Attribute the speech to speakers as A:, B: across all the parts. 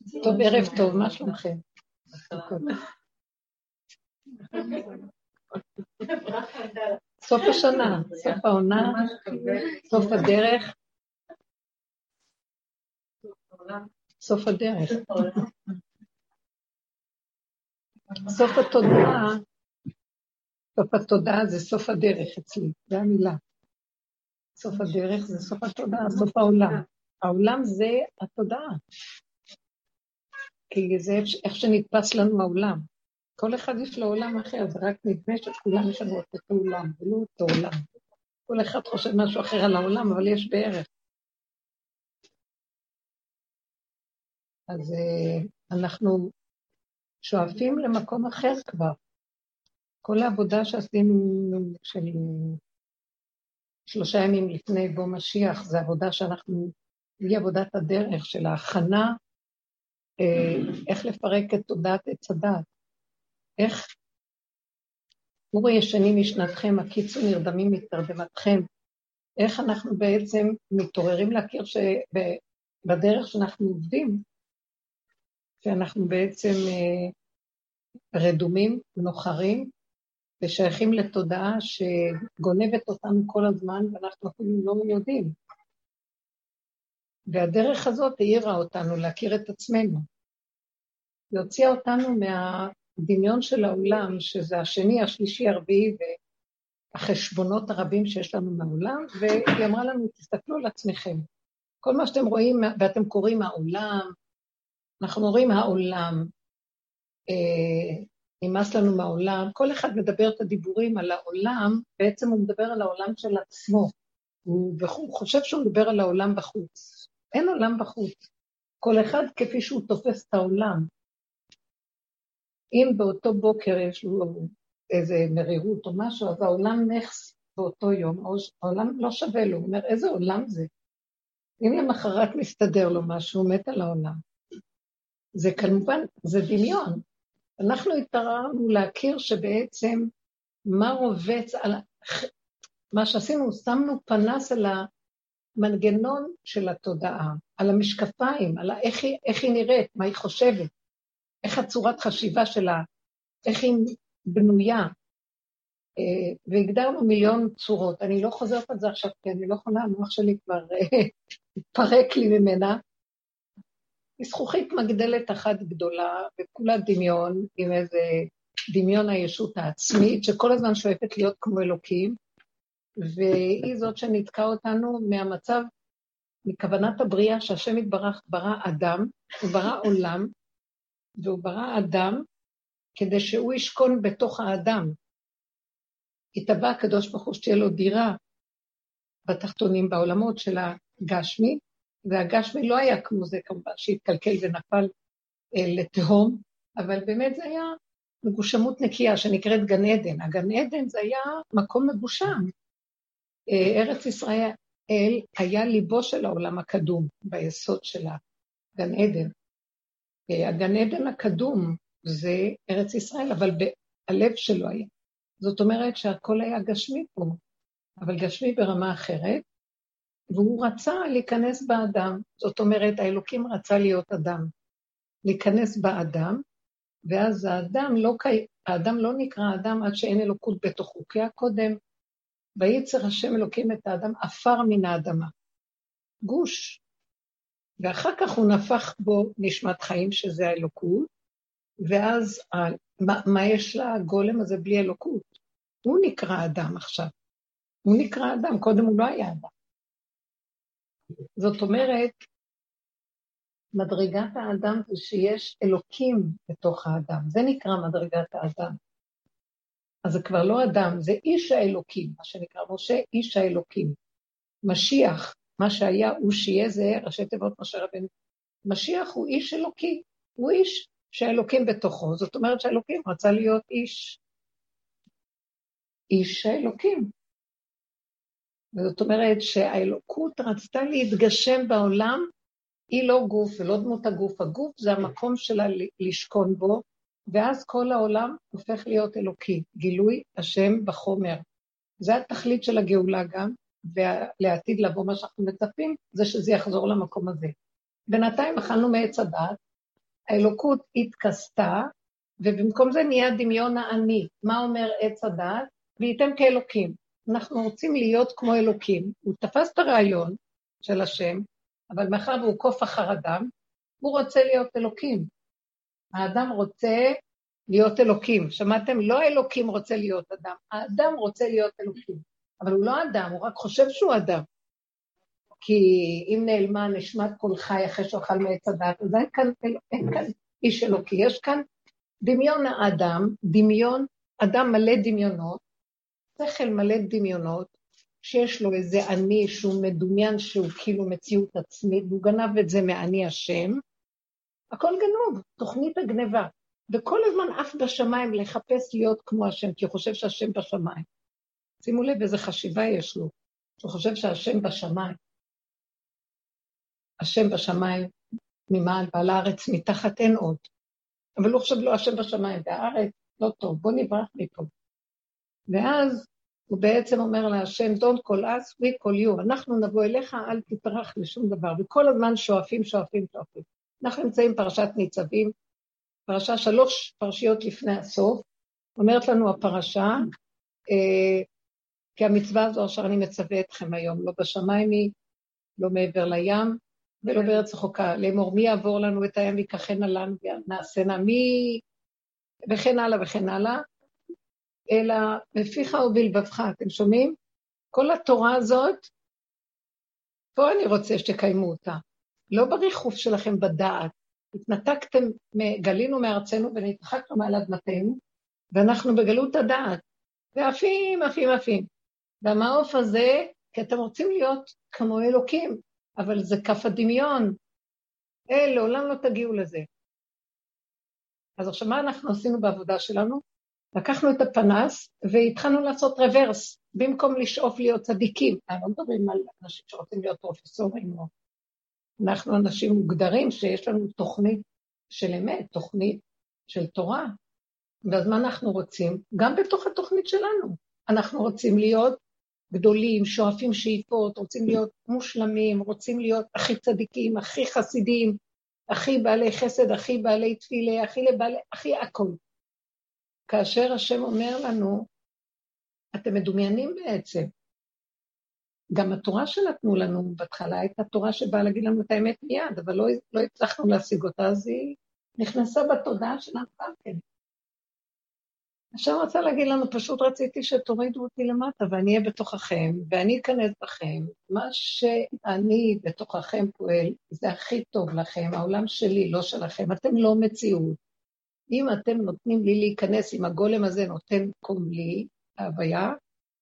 A: טוב, ערב טוב, מה שלומכם? סוף השנה, סוף העונה, סוף הדרך. סוף הדרך. סוף התודעה, סוף התודעה זה סוף הדרך אצלי, זה המילה. סוף הדרך זה סוף התודעה, סוף העולם. העולם זה התודעה. כי זה איך שנתפס לנו העולם. כל אחד יש לו עולם אחר, זה רק נדמה שכולם יש לנו אותו עולם, ולא אותו עולם. כל אחד חושב משהו אחר על העולם, אבל יש בערך. אז אנחנו שואפים למקום אחר כבר. כל העבודה שעשינו של 3 ימים לפני בו משיח, זה עבודה שאנחנו, היא עבודת הדרך של ההכנה, איך לפרק את תודעת עץ הדת, איך אורו ישנים משנתכם, הקיצו נרדמים מתרדמתכם, איך אנחנו בעצם מתעוררים להכיר שבדרך שאנחנו עובדים, שאנחנו בעצם רדומים, נוחרים, ושייכים לתודעה שגונבת אותנו כל הזמן, ואנחנו אפילו לא יודעים. והדרך הזאת העירה אותנו להכיר את עצמנו. היא הוציאה אותנו מהדמיון של העולם, שזה השני, השלישי, הרביעי, והחשבונות הרבים שיש לנו מהעולם, והיא אמרה לנו, תסתכלו על עצמכם. כל מה שאתם רואים, ואתם קוראים העולם, אנחנו רואים העולם, נמאס לנו מהעולם, כל אחד מדבר את הדיבורים על העולם, בעצם הוא מדבר על העולם של עצמו, הוא חושב שהוא מדבר על העולם בחוץ, אין עולם בחוץ, כל אחד כפי שהוא תופס את העולם, אם באותו בוקר יש לו איזה מרירות או משהו, אז העולם נחס באותו יום, העולם לא שווה לו, הוא אומר איזה עולם זה, אם למחרת מסתדר לו משהו, הוא מת על העולם, זה כמובן, זה דמיון, אנחנו התעררנו להכיר שבעצם מה רובץ על מה שעשינו, שמנו פנס על המנגנון של התודעה, על המשקפיים, על איך היא נראית, מה היא חושבת, איך הצורת חשיבה שלה, איך היא בנויה, והגדרנו מיליון צורות, אני לא חוזרת על זה עכשיו, כי אני לא יכולה, המוח שלי כבר התפרק לי ממנה, היא זכוכית מגדלת אחת גדולה, וכולה דמיון, עם איזה דמיון הישות העצמית, שכל הזמן שואפת להיות כמו אלוקים, והיא זאת שנתקע אותנו מהמצב, מכוונת הבריאה, שהשם יתברך ברא אדם, הוא ברא עולם, והוא ברא אדם, כדי שהוא ישכון בתוך האדם. התאבא הקדוש ברוך הוא שתהיה לו דירה, בתחתונים בעולמות של הגשמי, והגשמי לא היה כמו זה כמובן, שהתקלקל ונפל לתהום, אבל באמת זה היה מגושמות נקייה שנקראת גן עדן. הגן עדן זה היה מקום מגושם. ארץ ישראל היה ליבו של העולם הקדום, ביסוד של הגן עדן. הגן עדן הקדום זה ארץ ישראל, אבל הלב שלו היה. זאת אומרת שהכל היה גשמי פה, אבל גשמי ברמה אחרת, והוא רצה להיכנס באדם, זאת אומרת, האלוקים רצה להיות אדם, להיכנס באדם, ואז האדם לא נקרא אדם עד שאין אלוקות בתוכו, כי הקודם, וייצר השם אלוקים את האדם, אפר מן האדמה, גוש, ואחר כך הוא נפח בו נשמת חיים שזה האלוקות, ואז מה יש לגולם הזה בלי אלוקות? הוא נקרא אדם עכשיו, הוא נקרא אדם, קודם הוא לא היה אדם. זאת אומרת, מדרגת האדם זה שיש אלוקים בתוך האדם, זה נקרא מדרגת האדם. אז זה כבר לא אדם, זה איש האלוקים, מה שנקרא משה, איש האלוקים. משיח, מה שהיה הוא שיהיה זה, ראשי תיבות משה רבנו. משיח הוא איש אלוקי, הוא איש שהאלוקים בתוכו, זאת אומרת שהאלוקים רצה להיות איש האלוקים. וזאת אומרת שהאלוקות רצתה להתגשם בעולם, היא לא גוף ולא דמות הגוף, הגוף זה המקום שלה לשכון בו, ואז כל העולם הופך להיות אלוקי, גילוי השם בחומר. זה התכלית של הגאולה גם, ולעתיד לבוא מה שאנחנו מצפים, זה שזה יחזור למקום הזה. בינתיים אכלנו מעץ הדעת, האלוקות התכסתה, ובמקום זה נהיה דמיון העני. מה אומר עץ הדת? וייתם כאלוקים. אנחנו רוצים להיות כמו אלוקים. הוא תפס את הרעיון של השם, אבל מאחר והוא קוף אחר אדם, הוא רוצה להיות אלוקים. האדם רוצה להיות אלוקים. שמעתם? לא אלוקים רוצה להיות אדם. האדם רוצה להיות אלוקים. אבל הוא לא אדם, הוא רק חושב שהוא אדם. כי אם נעלמה נשמת כל חי אחרי שאוכל מעץ הדת, אז אין כאן איש אלוקי. יש כאן דמיון האדם, דמיון, אדם מלא דמיונות, שכל מלא דמיונות, שיש לו איזה אני שהוא מדומיין, שהוא כאילו מציאות עצמית, והוא גנב את זה מעני השם, הכל גנוב, תוכנית הגניבה, וכל הזמן אף בשמיים לחפש להיות כמו השם, כי הוא חושב שהשם בשמיים. שימו לב איזה חשיבה יש לו, הוא חושב שהשם בשמיים. השם בשמיים ממעל ועל הארץ מתחת אין עוד. אבל הוא חושב לא השם בשמיים, והארץ לא טוב, בוא נברח מפה. ואז הוא בעצם אומר להשם, don't call us, we call you, אנחנו נבוא אליך, אל תתרח לשום דבר, וכל הזמן שואפים. אנחנו נמצאים פרשת ניצבים, פרשה 3 פרשיות לפני הסוף, אומרת לנו הפרשה, כי המצווה הזו אשר אני מצווה אתכם היום, לא בשמיים היא, לא מעבר לים, ולא בארץ רחוקה, לאמור מי יעבור לנו את הים ויקחנה לנו ונעשנה מי, וכן הלאה, אלא בפיך ובלבבך, אתם שומעים? כל התורה הזאת, פה אני רוצה שתקיימו אותה, לא בריחוף שלכם בדעת, התנתקתם, גלינו מארצנו ונתרחקנו מעל אדמתנו, ואנחנו בגלות הדעת, ועפים, והמעוף הזה, כי אתם רוצים להיות כמו אלוקים, אבל זה כף הדמיון. לעולם לא תגיעו לזה. אז עכשיו מה אנחנו עשינו בעבודה שלנו? לקחנו את הפנס והתחלנו לעשות רוורס, במקום לשאוף להיות צדיקים. אנחנו לא מדברים על אנשים שרוצים להיות פרופסורים, או... אנחנו אנשים מוגדרים שיש לנו תוכנית של אמת, תוכנית של תורה. ואז מה אנחנו רוצים? גם בתוך התוכנית שלנו. אנחנו רוצים להיות גדולים, שואפים שאיפות, רוצים להיות מושלמים, רוצים להיות הכי צדיקים, הכי חסידים, הכי בעלי חסד, הכי בעלי תפילה, הכי הכל. כאשר השם אומר לנו, אתם מדומיינים בעצם. גם התורה שנתנו לנו בהתחלה הייתה תורה שבאה להגיד לנו את האמת מיד, אבל לא הצלחנו להשיג אותה, אז היא נכנסה בתודעה שלנו גם כן. השם רצה להגיד לנו, פשוט רציתי שתורידו אותי למטה, ואני אהיה בתוככם, ואני אכנס בכם. מה שאני בתוככם פועל, זה הכי טוב לכם, העולם שלי, לא שלכם. אתם לא מציאות. אם אתם נותנים לי להיכנס, אם הגולם הזה נותן קום לי, ההוויה,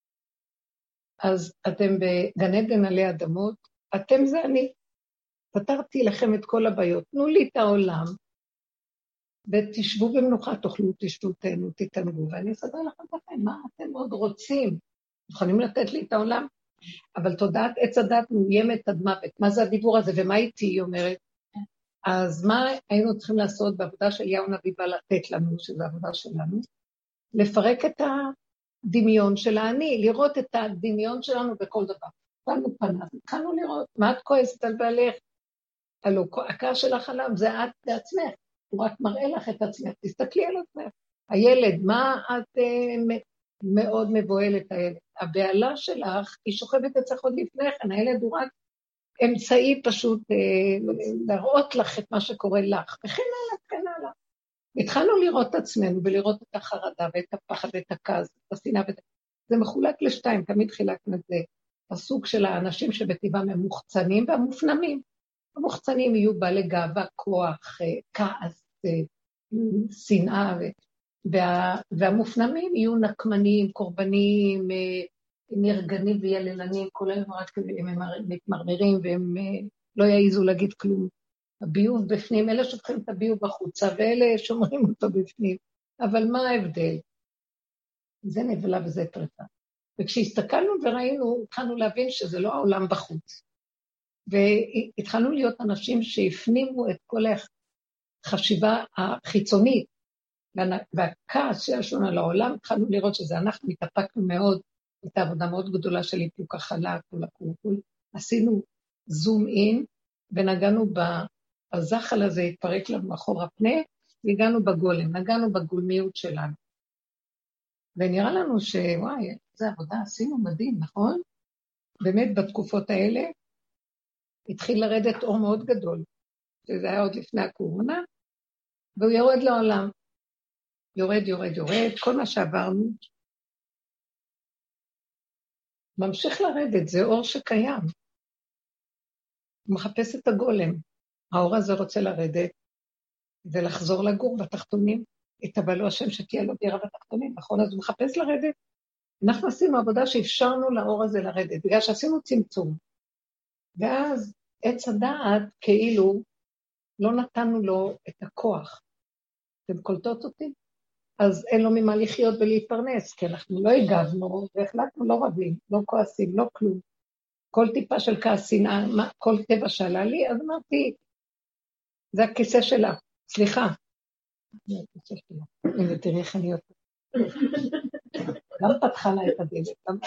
A: אז אתם בגן עדן עלי אדמות, אתם זה אני. פתרתי לכם את כל הבעיות. תנו לי את העולם, ותשבו במנוחה, תאכלו, תשתו, תהנו, תתענגו, ואני אסדר לכם לכם, מה אתם עוד רוצים? יכולים לתת לי את העולם? אבל תודעת עץ הדת מאוימת עד מוות. מה זה הדיבור הזה, ומה איתי, היא אומרת? אז מה היינו צריכים לעשות בעבודה של אליהו הנביא בא לתת לנו, שזו העבודה שלנו? לפרק את הדמיון של האני, לראות את הדמיון שלנו בכל דבר. פעלנו פנס, התחלנו לראות, מה את כועסת על בעלך? הלוא, הכעס שלך עליו, זה את בעצמך. הוא רק מראה לך את עצמך, תסתכלי על עצמך. הילד, מה את מאוד מבועלת הילד? הבעלה שלך, היא שוכבת אצלך עוד לפני כן, הילד הוא רק אמצעי פשוט להראות לך את מה שקורה לך, וכן הלאה. התחלנו לראות את עצמנו, ולראות את החרדה, ואת הפחד, ואת הכעס, את השנאה, זה מחולק לשתיים, תמיד חילקנו את זה, הסוג של האנשים שבטבעם הם מוחצנים והמופנמים. המוחצנים יהיו בעלי גאווה, כוח, כעס, שנאה, והמופנמים יהיו נקמניים, קורבניים, נרגנים ויללנים, כל היום רק הם מתמרמרים והם לא יעיזו להגיד כלום. הביוב בפנים, אלה שופכים את הביוב בחוצה ואלה שומרים אותו בפנים. אבל מה ההבדל? זה נבלה וזה טרפה. וכשהסתכלנו וראינו, התחלנו להבין שזה לא העולם בחוץ. והתחלנו להיות אנשים שהפנימו את כל החשיבה החיצונית, והכעס שיש לנו על העולם, התחלנו לראות שזה אנחנו התאפקנו מאוד, הייתה עבודה מאוד גדולה של איפוק החלק, עשינו זום אין, ונגענו הזחל הזה התפרק לנו אחורה פנה, והגענו בגולם, נגענו בגולמיות שלנו. ונראה לנו שוואי, איזה עבודה עשינו מדהים, נכון? באמת בתקופות האלה התחיל לרדת אור מאוד גדול, שזה היה עוד לפני הקורונה, והוא יורד לעולם. יורד, יורד, יורד, כל מה שעברנו, ממשיך לרדת, זה אור שקיים. הוא מחפש את הגולם. האור הזה רוצה לרדת, ולחזור לגור בתחתונים, התאבלו השם שתהיה לו דירה בתחתונים, נכון? אז הוא מחפש לרדת. אנחנו עשינו עבודה שאפשרנו לאור הזה לרדת, בגלל שעשינו צמצום. ואז עץ הדעת כאילו לא נתנו לו את הכוח. אתם קולטות אותי? אז אין לו ממה לחיות ולהתפרנס, כי אנחנו לא הגבנו, והחלטנו לא רבים, לא כועסים, לא כלום. כל טיפה של כעס, שנאה, כל טבע שעלה לי, אז אמרתי, זה הכיסא שלה, סליחה. הנה, תראי איך אני יותר. גם פתחה לה את הדלת.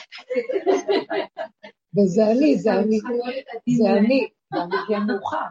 A: וזה אני, זה אני, ואני גם מאוחר.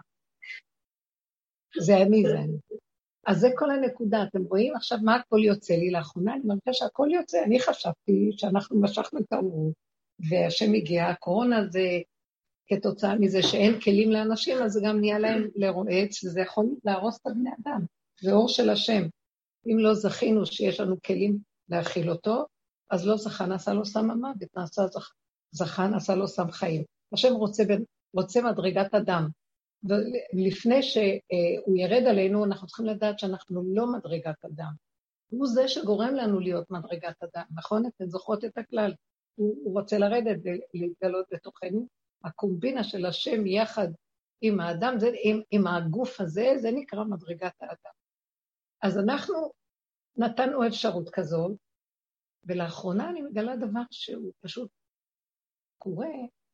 A: זה אני. אז זה כל הנקודה, אתם רואים עכשיו מה הכל יוצא לי לאחרונה, אני מרגישה שהכל יוצא, אני חשבתי שאנחנו משכנו את האור, והשם הגיע, הקורונה זה כתוצאה מזה שאין כלים לאנשים, אז זה גם נהיה להם לרועץ, וזה יכול להרוס את הבני אדם, זה אור של השם. אם לא זכינו שיש לנו כלים להכיל אותו, אז לא זכה, נעשה לו סם המוות, זכה, נעשה לו סם חיים. השם רוצה מדרגת אדם, ולפני שהוא ירד עלינו, אנחנו צריכים לדעת שאנחנו לא מדרגת אדם. הוא זה שגורם לנו להיות מדרגת אדם, נכון? אתן זוכרות את הכלל. הוא רוצה לרדת ולהתגלות בתוכנו. הקומבינה של השם יחד עם האדם, עם הגוף הזה, זה נקרא מדרגת האדם. אז אנחנו נתנו אפשרות כזאת, ולאחרונה אני מגלה דבר שהוא פשוט קורה,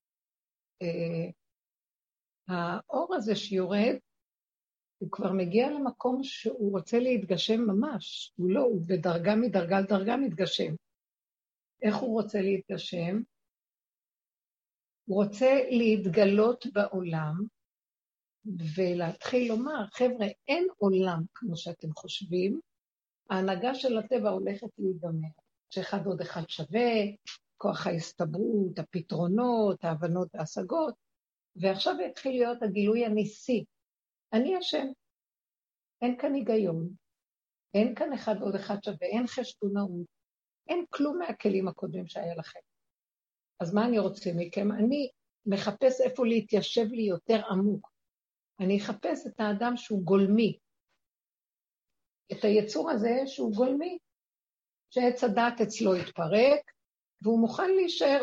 A: האור הזה שיורד, הוא כבר מגיע למקום שהוא רוצה להתגשם ממש, הוא לא, הוא בדרגה מדרגה לדרגה מתגשם. איך הוא רוצה להתגשם? הוא רוצה להתגלות בעולם, ולהתחיל לומר, חבר'ה, אין עולם כמו שאתם חושבים, ההנהגה של הטבע הולכת להיגמר, שאחד עוד אחד שווה, כוח ההסתברות, הפתרונות, ההבנות וההשגות, ועכשיו התחיל להיות הגילוי הניסי. אני השם. אין כאן היגיון, אין כאן אחד עוד אחד שווה, אין חשבונאות, אין כלום מהכלים הקודמים שהיה לכם. אז מה אני רוצה מכם? אני מחפש איפה להתיישב לי יותר עמוק. אני אחפש את האדם שהוא גולמי. את היצור הזה שהוא גולמי, שעץ הדעת אצלו יתפרק, והוא מוכן להישאר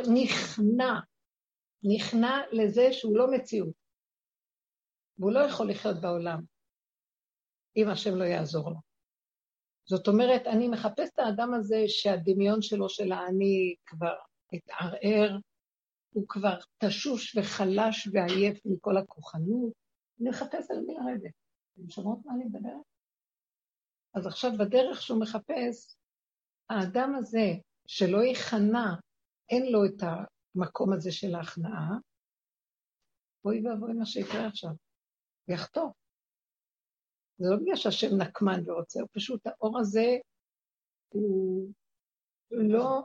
A: נכנע לזה שהוא לא מציאות. והוא לא יכול לחיות בעולם, אם השם לא יעזור לו. זאת אומרת, אני מחפש את האדם הזה שהדמיון שלו של האני כבר התערער, הוא כבר תשוש וחלש ועייף מכל הכוחנות, אני מחפש על מי לרדת. אתם שומעות מה אני מדברת? אז עכשיו בדרך שהוא מחפש, האדם הזה שלא יכנע, אין לו את המקום הזה של ההכנעה, בואי ואבוי מה שיקרה עכשיו, יחטוף. זה לא בגלל שהשם נקמן ורוצה, הוא פשוט האור הזה, הוא לא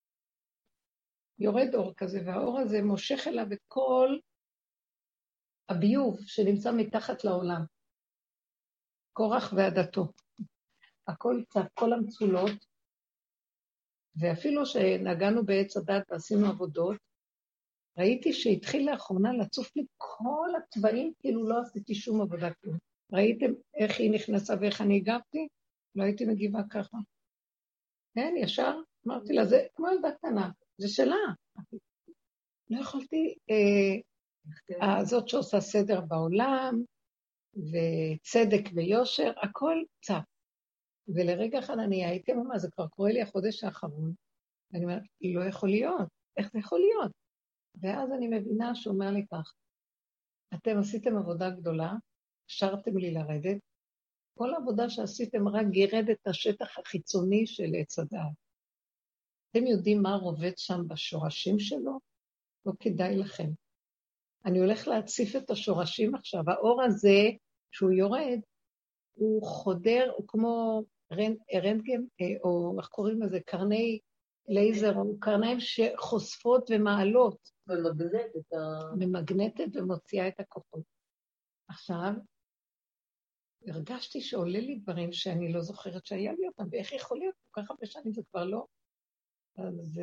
A: יורד אור כזה, והאור הזה מושך אליו את כל הביוב שנמצא מתחת לעולם. קורח ועדתו. הכל צף, כל המצולות, ואפילו שנגענו בעץ הדת ועשינו עבודות, ראיתי שהתחיל לאחרונה לצוף לי כל הצבעים, כאילו לא עשיתי שום עבודה כלום. ראיתם איך היא נכנסה ואיך אני הגבתי? לא הייתי מגיבה ככה. כן, ישר אמרתי לה, זה כמו ילדה קטנה, זה שלה. לא יכולתי, הזאת שעושה סדר בעולם, וצדק ויושר, הכל צף. ולרגע אחד אני הייתי ממש, זה כבר קורה לי החודש האחרון, ואני אומרת, לא יכול להיות, איך זה יכול להיות? ואז אני מבינה שהוא אומר לי כך, אתם עשיתם עבודה גדולה, שרתם לי לרדת, כל העבודה שעשיתם רק גירד את השטח החיצוני של עץ הדעת. אתם יודעים מה רובד שם בשורשים שלו? לא כדאי לכם. אני הולך להציף את השורשים עכשיו, האור הזה כשהוא יורד, הוא חודר, הוא כמו רנטגן, או איך קוראים לזה, קרני לייזר, או קרניים שחושפות ומעלות. ממגנטת ומוציאה את הכוחות. עכשיו, הרגשתי שעולה לי דברים שאני לא זוכרת שהיה לי אותם, ואיך יכול להיות כל כך הרבה שנים זה כבר לא. אז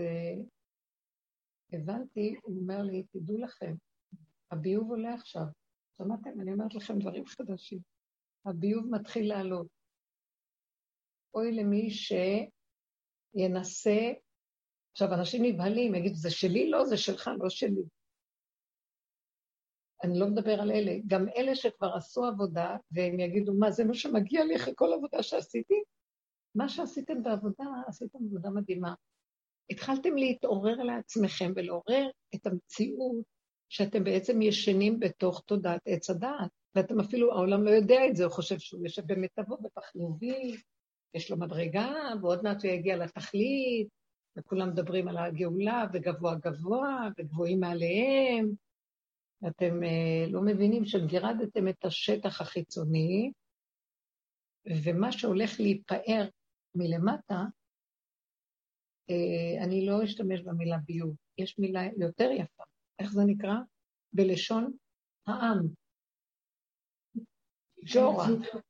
A: הבנתי, הוא אומר לי, תדעו לכם, הביוב עולה עכשיו. שמעתם? אני אומרת לכם דברים חדשים. הביוב מתחיל לעלות. אוי למי שינסה, עכשיו אנשים נבהלים, יגידו, זה שלי? לא, זה שלך, לא שלי. אני לא מדבר על אלה, גם אלה שכבר עשו עבודה, והם יגידו, מה, זה מה שמגיע לי אחרי כל עבודה שעשיתי? מה שעשיתם בעבודה, עשיתם עבודה מדהימה. התחלתם להתעורר לעצמכם ולעורר את המציאות שאתם בעצם ישנים בתוך תודעת עץ הדעת, ואתם אפילו, העולם לא יודע את זה, הוא חושב שהוא יושב במיטבו בתחלובי, יש לו מדרגה, ועוד מעט הוא יגיע לתכלית, וכולם מדברים על הגאולה, וגבוה גבוה, וגבוהים מעליהם, ואתם לא מבינים שגירדתם את השטח החיצוני, ומה שהולך להיפאר מלמטה, אני לא אשתמש במילה ביוב, יש מילה יותר יפה, איך זה נקרא? בלשון העם, ג'ורה.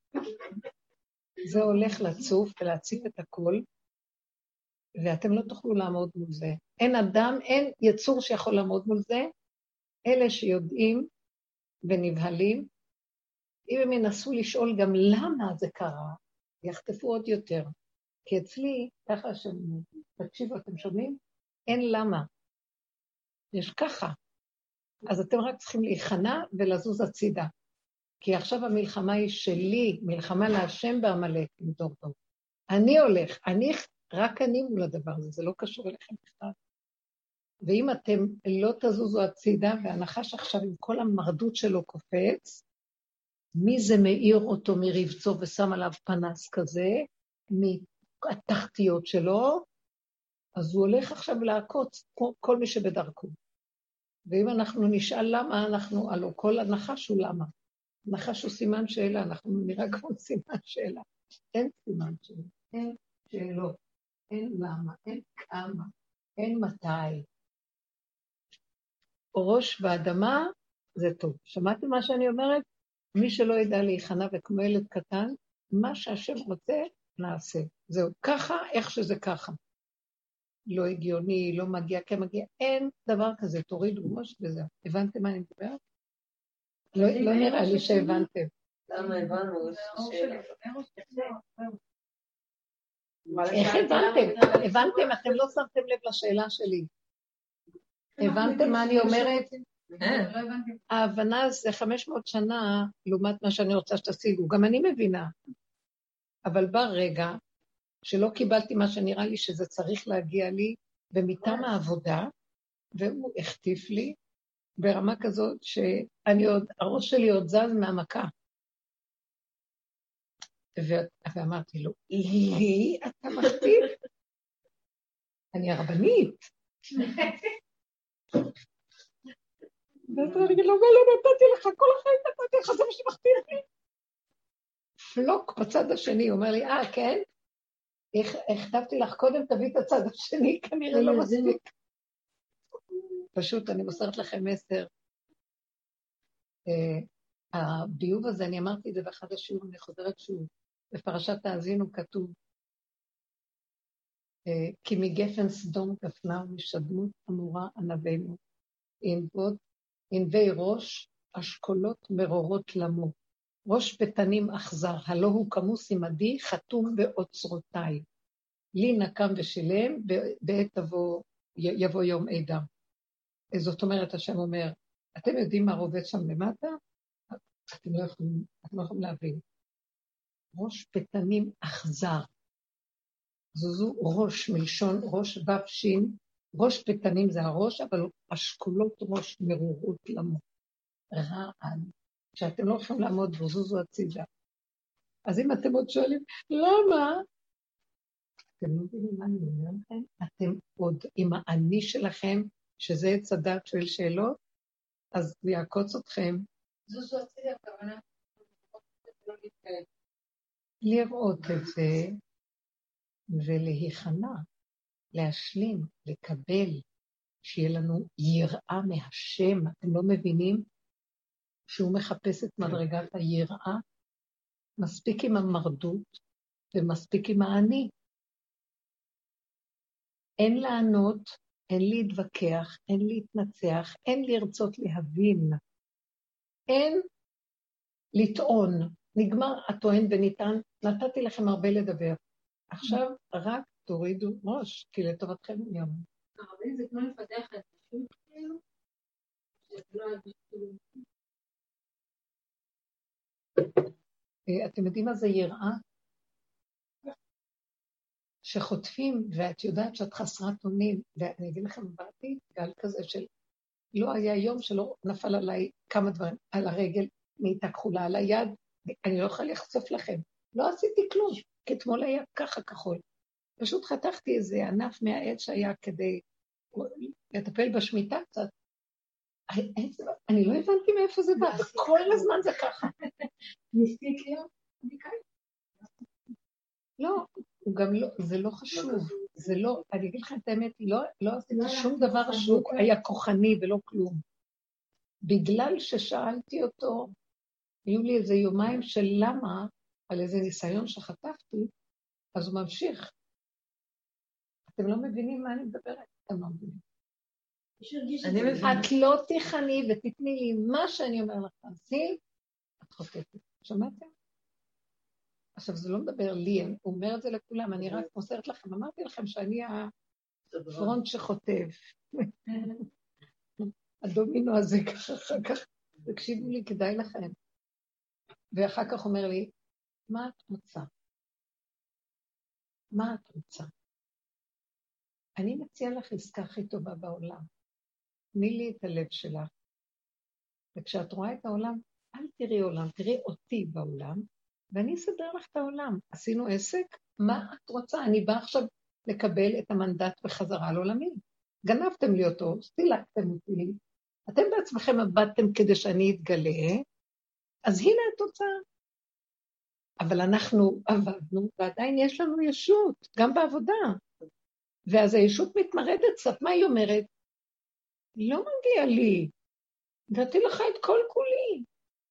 A: זה הולך לצוף ולהציף את הכל, ואתם לא תוכלו לעמוד מול זה. אין אדם, אין יצור שיכול לעמוד מול זה, אלה שיודעים ונבהלים, אם הם ינסו לשאול גם למה זה קרה, יחטפו עוד יותר. כי אצלי, ככה תקשיבו, אתם שומעים? אין למה. יש ככה. אז אתם רק צריכים להיכנע ולזוז הצידה. כי עכשיו המלחמה היא שלי, מלחמה להשם בעמלק, עם דור טוב. אני הולך, רק אני מול הדבר הזה, זה לא קשור אליכם בכלל. ואם אתם לא תזוזו הצידה, והנחש עכשיו עם כל המרדות שלו קופץ, מי זה מאיר אותו מרבצו ושם עליו פנס כזה, מהתחתיות שלו, אז הוא הולך עכשיו לעקוץ כל מי שבדרכו. ואם אנחנו נשאל למה, הלוא כל הנחש הוא למה. נחש הוא סימן שאלה, אנחנו נראה כמו סימן שאלה. אין סימן שאלה, אין שאלות, אין למה, אין כמה, אין מתי. ראש באדמה זה טוב. שמעתם מה שאני אומרת? מי שלא ידע להיכנע וכמו ילד קטן, מה שהשם רוצה, נעשה. זהו, ככה, איך שזה ככה. לא הגיוני, לא מגיע, כן מגיע, אין דבר כזה, תורידו ראש וזהו. הבנתם מה אני מדברת? לא נראה לי שהבנתם.
B: למה הבנו?
A: איך הבנתם? הבנתם, אתם לא שמתם לב לשאלה שלי. הבנתם מה אני אומרת? ההבנה זה 500 שנה לעומת מה שאני רוצה שתשיגו. גם אני מבינה. אבל ברגע שלא קיבלתי מה שנראה לי שזה צריך להגיע לי במטעם העבודה, והוא הכתיף לי ברמה כזאת שהראש שלי עוד זז מהמכה. ואמרתי לו, לי אתה מכתיב? אני הרבנית. ואתה נגיד לו, לא נתתי לך, כל החיים נתתי לך, זה מה שמכתיב לי. פלוק בצד השני, הוא אומר לי, כן? הכתבתי לך קודם, תביא את הצד השני, כנראה לא מספיק. פשוט, אני מוסרת לכם מסר. הביוב הזה, אני אמרתי את זה באחד השיעורים, אני חוזרת שוב, בפרשת האזינו כתוב, כי מגפן סדום גפנה ומשדמות אמורה ענבינו, ענבי ראש אשכולות מרורות למו, ראש פתנים אכזר, הלא הוא כמוס עמדי חתום באוצרותיי, לי נקם ושילם, בעת יבוא יום עדם. זאת אומרת, השם אומר, אתם יודעים מה רובד שם למטה? אתם לא יכולים להבין. ראש פתנים אכזר. זו ראש מלשון, ראש וו שין, ראש פתנים זה הראש, אבל אשכולות ראש מרורות למו. רעד. שאתם לא יכולים לעמוד בו, זוזו הצידה. אז אם אתם עוד שואלים, למה? אתם לא יודעים מה אני אומר לכם? אתם עוד עם האני שלכם, שזה עץ הדת שואל שאלות, אז הוא יעקוץ אתכם.
B: זוזו הצידה, הכוונה.
A: לראות את זה ולהיכנע, להשלים, לקבל, שיהיה לנו יראה מהשם. אתם לא מבינים שהוא מחפש את מדרגת היראה? מספיק עם המרדות ומספיק עם העני. אין לענות, אין להתווכח, אין להתנצח, אין לרצות להבין, אין לטעון. נגמר הטוען וניתן, נתתי לכם הרבה לדבר. עכשיו רק תורידו ראש, כי לטובתכם אני אומר.
B: הרבים זה כמו לפתח את השום כאילו?
A: אתם יודעים מה זה יראה? שחוטפים, ואת יודעת שאת חסרת אונים, ואני אגיד לכם, באתי גל כזה של, לא היה יום שלא נפל עליי כמה דברים, על הרגל, נהייתה כחולה, על היד, אני לא יכולה לחשוף לכם. לא עשיתי כלום, כי אתמול היה ככה כחול. פשוט חתכתי איזה ענף מהעץ שהיה כדי לטפל בשמיטה קצת. אני לא הבנתי מאיפה זה בא, וכל הזמן זה ככה.
B: ניסית להיות?
A: לא, הוא גם לא, זה לא חשוב, זה לא, אני אגיד לכם את האמת, לא עשיתי שום דבר שהוא היה כוחני ולא כלום. בגלל ששאלתי אותו, היו לי איזה יומיים של למה, על איזה ניסיון שחטפתי, אז הוא ממשיך. אתם לא מבינים מה אני מדברת? אתם לא מבינים. את לא תיכני ותתני לי מה שאני אומר לך, עשי, את חוטפת. שמעתם? עכשיו, זה לא מדבר לי, הוא אומר את זה לכולם, אני רק מוסרת לכם, אמרתי לכם שאני הפרונט שחוטף. הדומינו הזה ככה, אחר כך, תקשיבו לי, כדאי לכם. ואחר כך אומר לי, מה את רוצה? מה את רוצה? אני מציעה לך עסקה הכי טובה בעולם. תני לי את הלב שלך. וכשאת רואה את העולם, אל תראי עולם, תראי אותי בעולם, ואני אסדר לך את העולם. עשינו עסק, מה את רוצה? אני באה עכשיו לקבל את המנדט בחזרה לעולמי. גנבתם לי אותו, סילקתם אותי, אתם בעצמכם עבדתם כדי שאני אתגלה, אז הנה התוצאה. אבל אנחנו עבדנו, ועדיין יש לנו ישות, גם בעבודה. ואז הישות מתמרדת קצת, מה היא אומרת? לא מגיע לי, נתתי לך את כל כולי.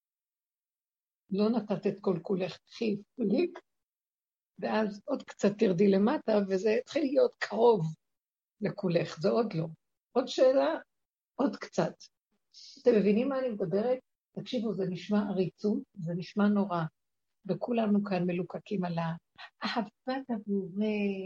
A: לא נתת את כל כולך, חיליק, ואז עוד קצת תרדי למטה, וזה התחיל להיות קרוב לכולך, זה עוד לא. עוד שאלה, עוד קצת. אתם מבינים מה אני מדברת? תקשיבו, זה נשמע עריצות, זה נשמע נורא, וכולנו כאן מלוקקים על האהבת הבורא,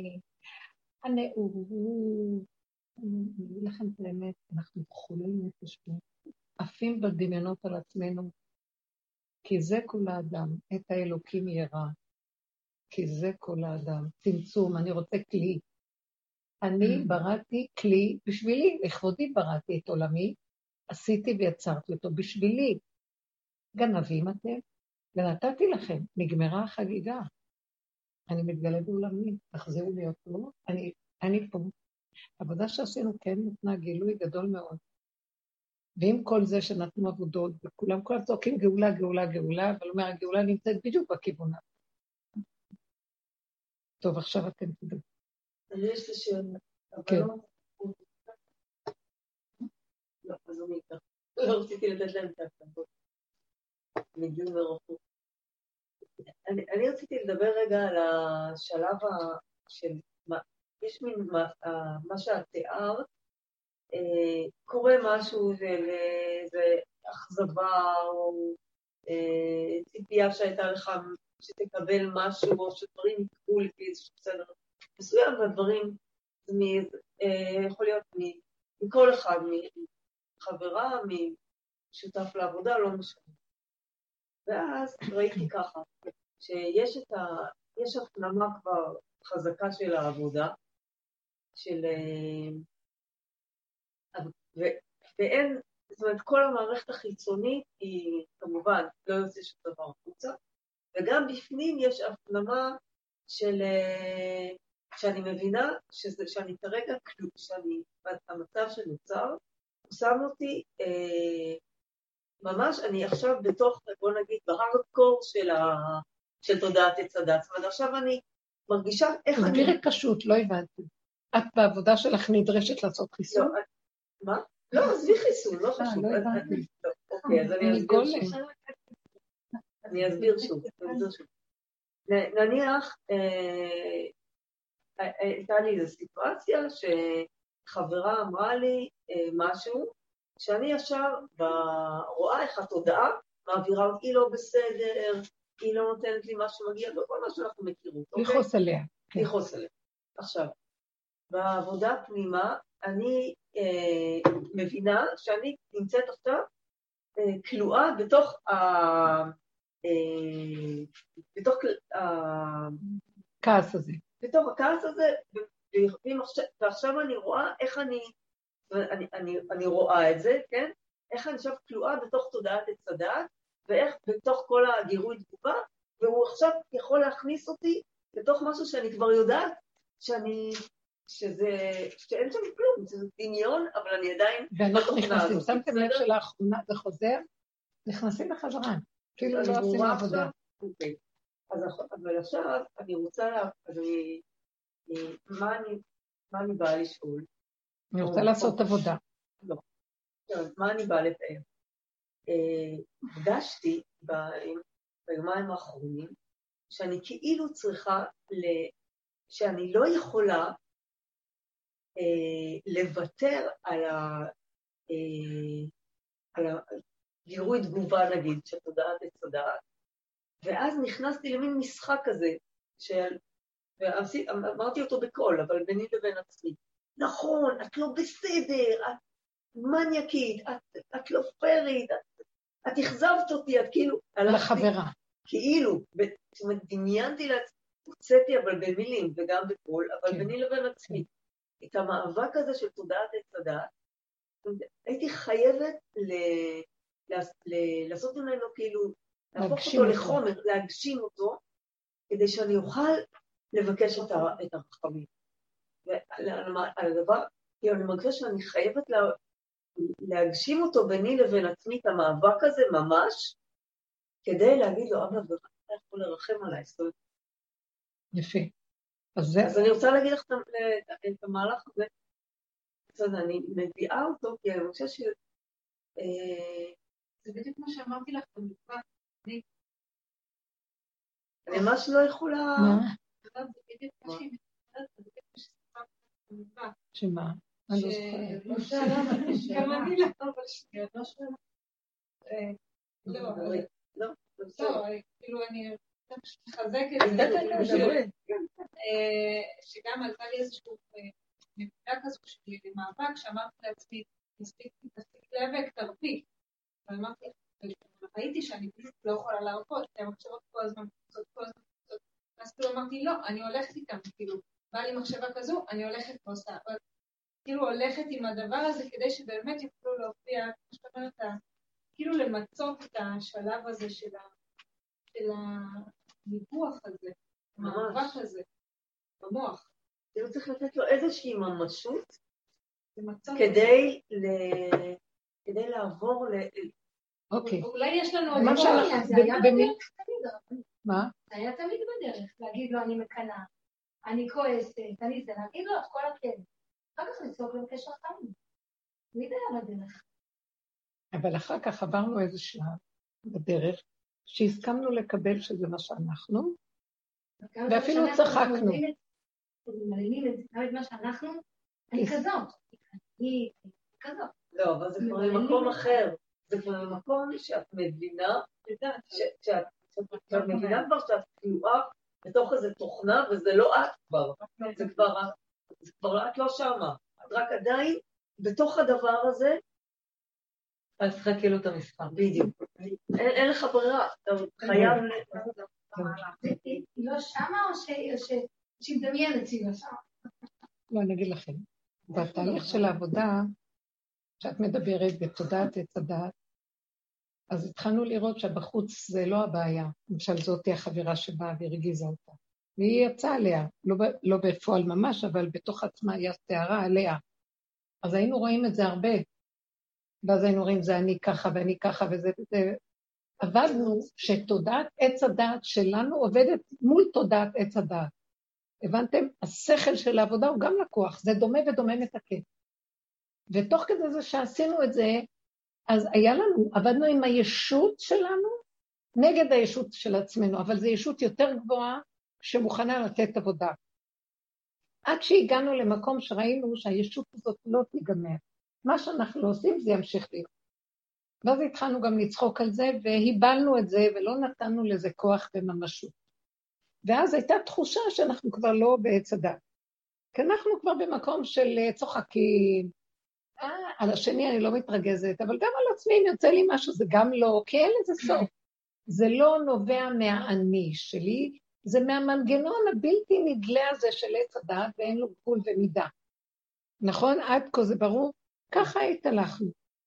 A: הנאורות. אני אגיד לכם את האמת, אנחנו חולי נפש פה, עפים בדמיונות על עצמנו, כי זה כל האדם, את האלוקים ירא, כי זה כל האדם, צמצום, אני רוצה כלי. אני בראתי כלי בשבילי, לכבודי בראתי את עולמי, עשיתי ויצרתי אותו בשבילי. גנבים אתם, ונתתי לכם, נגמרה החגיגה. אני מתגלה בעולמי, תחזירו לי אותו, אני פה. עבודה שעשינו כן נתנה גילוי גדול מאוד. ועם כל זה שנתנו עבודות, וכולם צועקים גאולה, גאולה, גאולה, אבל אומר, הגאולה נמצאת בדיוק בכיוון. טוב, עכשיו אתם תדעו.
B: יש לי שאלה.
A: כן.
B: לא, אז אני איתך. לא רציתי לתת להם את ההקלטות. הם הגיעו מרחוק. אני רציתי לדבר רגע על השלב של, יש מין, מה שאת תיארת, קורה משהו של איזה אכזבה או ציפייה שהייתה לך שתקבל משהו או שדברים יקרו לפי איזשהו סדר מסוים, והדברים יכול להיות מכל אחד, מחברה, משותף לעבודה, לא משנה. ואז ראיתי ככה, שיש הפנמה כבר חזקה של העבודה, ואין, זאת אומרת, כל המערכת החיצונית היא כמובן לא יוצא שום דבר החוצה, וגם בפנים יש הפנמה שאני מבינה שאני כרגע כלום, המצב שנוצר, הוא שם אותי ממש אני עכשיו בתוך, בוא נגיד, בהארדקור של תודעת עץ הדת. זאת אומרת, עכשיו אני מרגישה איך אני...
A: תסבירי פשוט, לא הבנתי. את בעבודה שלך נדרשת לעשות חיסון?
B: לא, מה? לא, עזבי חיסון, לא חשוב.
A: לא הבנתי.
B: אוקיי, אז אני אסביר שוב. אני אסביר שוב. נניח, הייתה לי איזו סיטואציה שחברה אמרה לי משהו, שאני ישר רואה איך התודעה מעבירה אותי, היא לא בסדר, היא לא נותנת לי מה שמגיע, וכל מה שאנחנו מכירות.
A: לכעוס עליה.
B: לכעוס עליה. עכשיו, בעבודה פנימה, אני מבינה שאני נמצאת עכשיו כלואה בתוך
A: הכעס הזה.
B: בתוך הכעס הזה, ועכשיו אני רואה איך אני רואה את זה, כן? איך אני עכשיו כלואה בתוך תודעת עץ הדעת, ואיך בתוך כל הגירוי תגובה, והוא עכשיו יכול להכניס אותי לתוך משהו שאני כבר יודעת, שאין שם כלום, זה דמיון, אבל אני עדיין...
A: ואנחנו נכנסים, שמתם לב שלאחרונה זה חוזר, נכנסים בחזרה, כאילו לא עושים עבודה.
B: אוקיי, אבל עכשיו אני רוצה, מה אני באה לשאול?
A: אני רוצה לעשות עבודה.
B: לא. מה אני באה לתאר? הרגשתי ביומיים האחרונים, שאני כאילו צריכה, שאני לא יכולה לוותר על הגירוי תגובה, נגיד, של תודעת עץ הדעת, ואז נכנסתי למין משחק כזה, ואמרתי אותו בקול, אבל ביני לבין עצמי. נכון, את לא בסדר, את מניאקית, את לא פרית, את אכזבת אותי, את כאילו...
A: לחברה.
B: כאילו, זאת אומרת, דמיינתי לעצמי, הוצאתי אבל במילים וגם בקול, אבל ביני לבין עצמי. את המאבק הזה של תודעת עץ הדעת, הייתי חייבת לעשות ממנו כאילו, להפוך אותו לחומר, להגשים אותו, כדי שאני אוכל לבקש את הרחמים. ועל הדבר, כי אני מרגישה שאני חייבת להגשים אותו ביני לבין עצמי, את המאבק הזה ממש, כדי להגיד לו, אבא, אתה יכול לרחם עליי.
A: יפה.
B: אז אני רוצה להגיד לך את המהלך הזה, אני מביאה אותו, כי אני חושבת ש...
C: זה בדיוק מה שאמרתי לך במקווה.
B: אני ממש לא יכולה...
A: מה?
C: זה בדיוק מה שהיא מתחילת, זה בדיוק מה שסיפרתי לך במקווה.
A: שמה? אני לא זוכרת.
C: לא שאלה, גם אני לא, אבל שנייה, לא שאלה. לא, כאילו אני מחזקת את זה. שגם עלתה לי איזשהו נקודה כזו שלי למאבק, שאמרתי לעצמי, תפסיק להיאבק, תרפי. ואמרתי, ראיתי שאני פשוט לא יכולה להרפות, כי המחשבות כל הזמן קוצות. אז כאילו אמרתי, לא, אני הולכת איתם, כאילו, באה לי מחשבה כזו, אני הולכת ועושה. אבל כאילו הולכת עם הדבר הזה כדי שבאמת יוכלו להופיע, כמו שאתה אומרת, כאילו למצות את השלב הזה של הניתוח הזה, המאבק הזה, במוח.
B: כאילו צריך לתת לו איזושהי ממשות, כדי לעבור
A: אוקיי.
C: אולי יש לנו...
A: מה?
D: זה היה תמיד בדרך, להגיד לו אני מקנה, אני כועסת, אני זה, להגיד לו את כל הכאב. אחר כך לצעוק לו קשר חיים. מי זה היה בדרך?
A: אבל אחר כך עברנו איזה שלב בדרך, שהסכמנו לקבל שזה מה שאנחנו, ואפילו צחקנו.
D: מלאים את מה שאנחנו, אני כזאת. אני כזאת.
B: לא, אבל זה כבר ממקום אחר. זה כבר ממקום שאת מבינה, שאת מבינה כבר שאת כלואה בתוך איזו תוכנה, וזה לא את כבר. זה כבר את לא שמה. את רק עדיין בתוך הדבר הזה, אז תחכה לו את המשחק. בדיוק. אין לך ברירה, אתה חייב...
D: היא לא שמה או שהיא מדמיינת שהיא לא שמה?
A: לא, אני אגיד לכם. בתהליך של העבודה, שאת מדברת בתודעת עץ הדעת, אז התחלנו לראות שבחוץ זה לא הבעיה. למשל זאתי החברה שבאה והרגיזה אותה. והיא יצאה עליה, לא בפועל ממש, אבל בתוך עצמה היה סערה עליה. אז היינו רואים את זה הרבה. ואז היינו רואים, זה אני ככה ואני ככה וזה וזה. עבדנו שתודעת עץ הדעת שלנו עובדת מול תודעת עץ הדעת. הבנתם? השכל של העבודה הוא גם לקוח, זה דומה ודומה מתקן. ותוך כדי זה שעשינו את זה, אז היה לנו, עבדנו עם הישות שלנו, נגד הישות של עצמנו, אבל זו ישות יותר גבוהה שמוכנה לתת עבודה. עד שהגענו למקום שראינו שהישות הזאת לא תיגמר. מה שאנחנו עושים זה ימשיך להיות. ואז התחלנו גם לצחוק על זה, והיבלנו את זה, ולא נתנו לזה כוח וממשות. ואז הייתה תחושה שאנחנו כבר לא בעץ הדת. כי אנחנו כבר במקום של צוחקים, על השני אני לא מתרגזת, אבל גם על עצמי אם יוצא לי משהו, זה גם לא, כי אין לזה סוף. זה לא נובע מהאני שלי, זה מהמנגנון הבלתי נדלה הזה של עץ הדעת, ואין לו גבול ומידה. נכון? עד כה זה ברור? ככה התהלכנו.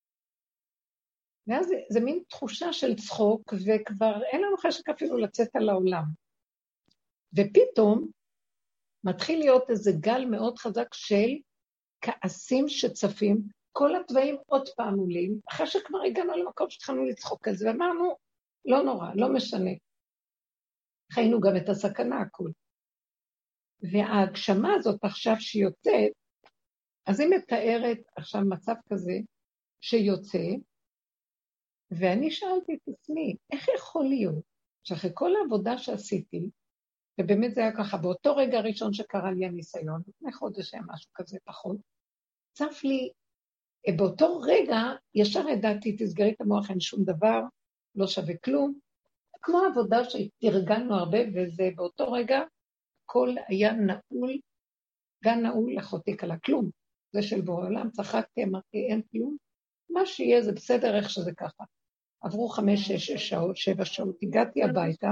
A: ואז זה מין תחושה של צחוק, וכבר אין לנו חשק אפילו לצאת על העולם. ופתאום מתחיל להיות איזה גל מאוד חזק של כעסים שצפים, כל הטבעים עוד פעם עולים, אחרי שכבר הגענו למקום שהתחלנו לצחוק על זה, ואמרנו, לא נורא, לא משנה. חיינו גם את הסכנה הכול. וההגשמה הזאת עכשיו שיוצאת, אז היא מתארת עכשיו מצב כזה שיוצא, ואני שאלתי את עצמי, איך יכול להיות שאחרי כל העבודה שעשיתי, ובאמת זה היה ככה, באותו רגע הראשון שקרה לי הניסיון, לפני חודש היה משהו כזה פחות, צף לי, באותו רגע ישר ידעתי, תסגרי את המוח, אין שום דבר, לא שווה כלום, כמו עבודה שהתרגלנו הרבה, וזה באותו רגע, הכל היה נעול, גן נעול אחותי כלה, כלום. זה של בורא עולם, צחקתי, אמרתי, אין כלום, מה שיהיה זה בסדר איך שזה ככה. עברו 5, 6 שעות, 7 שעות, הגעתי הביתה.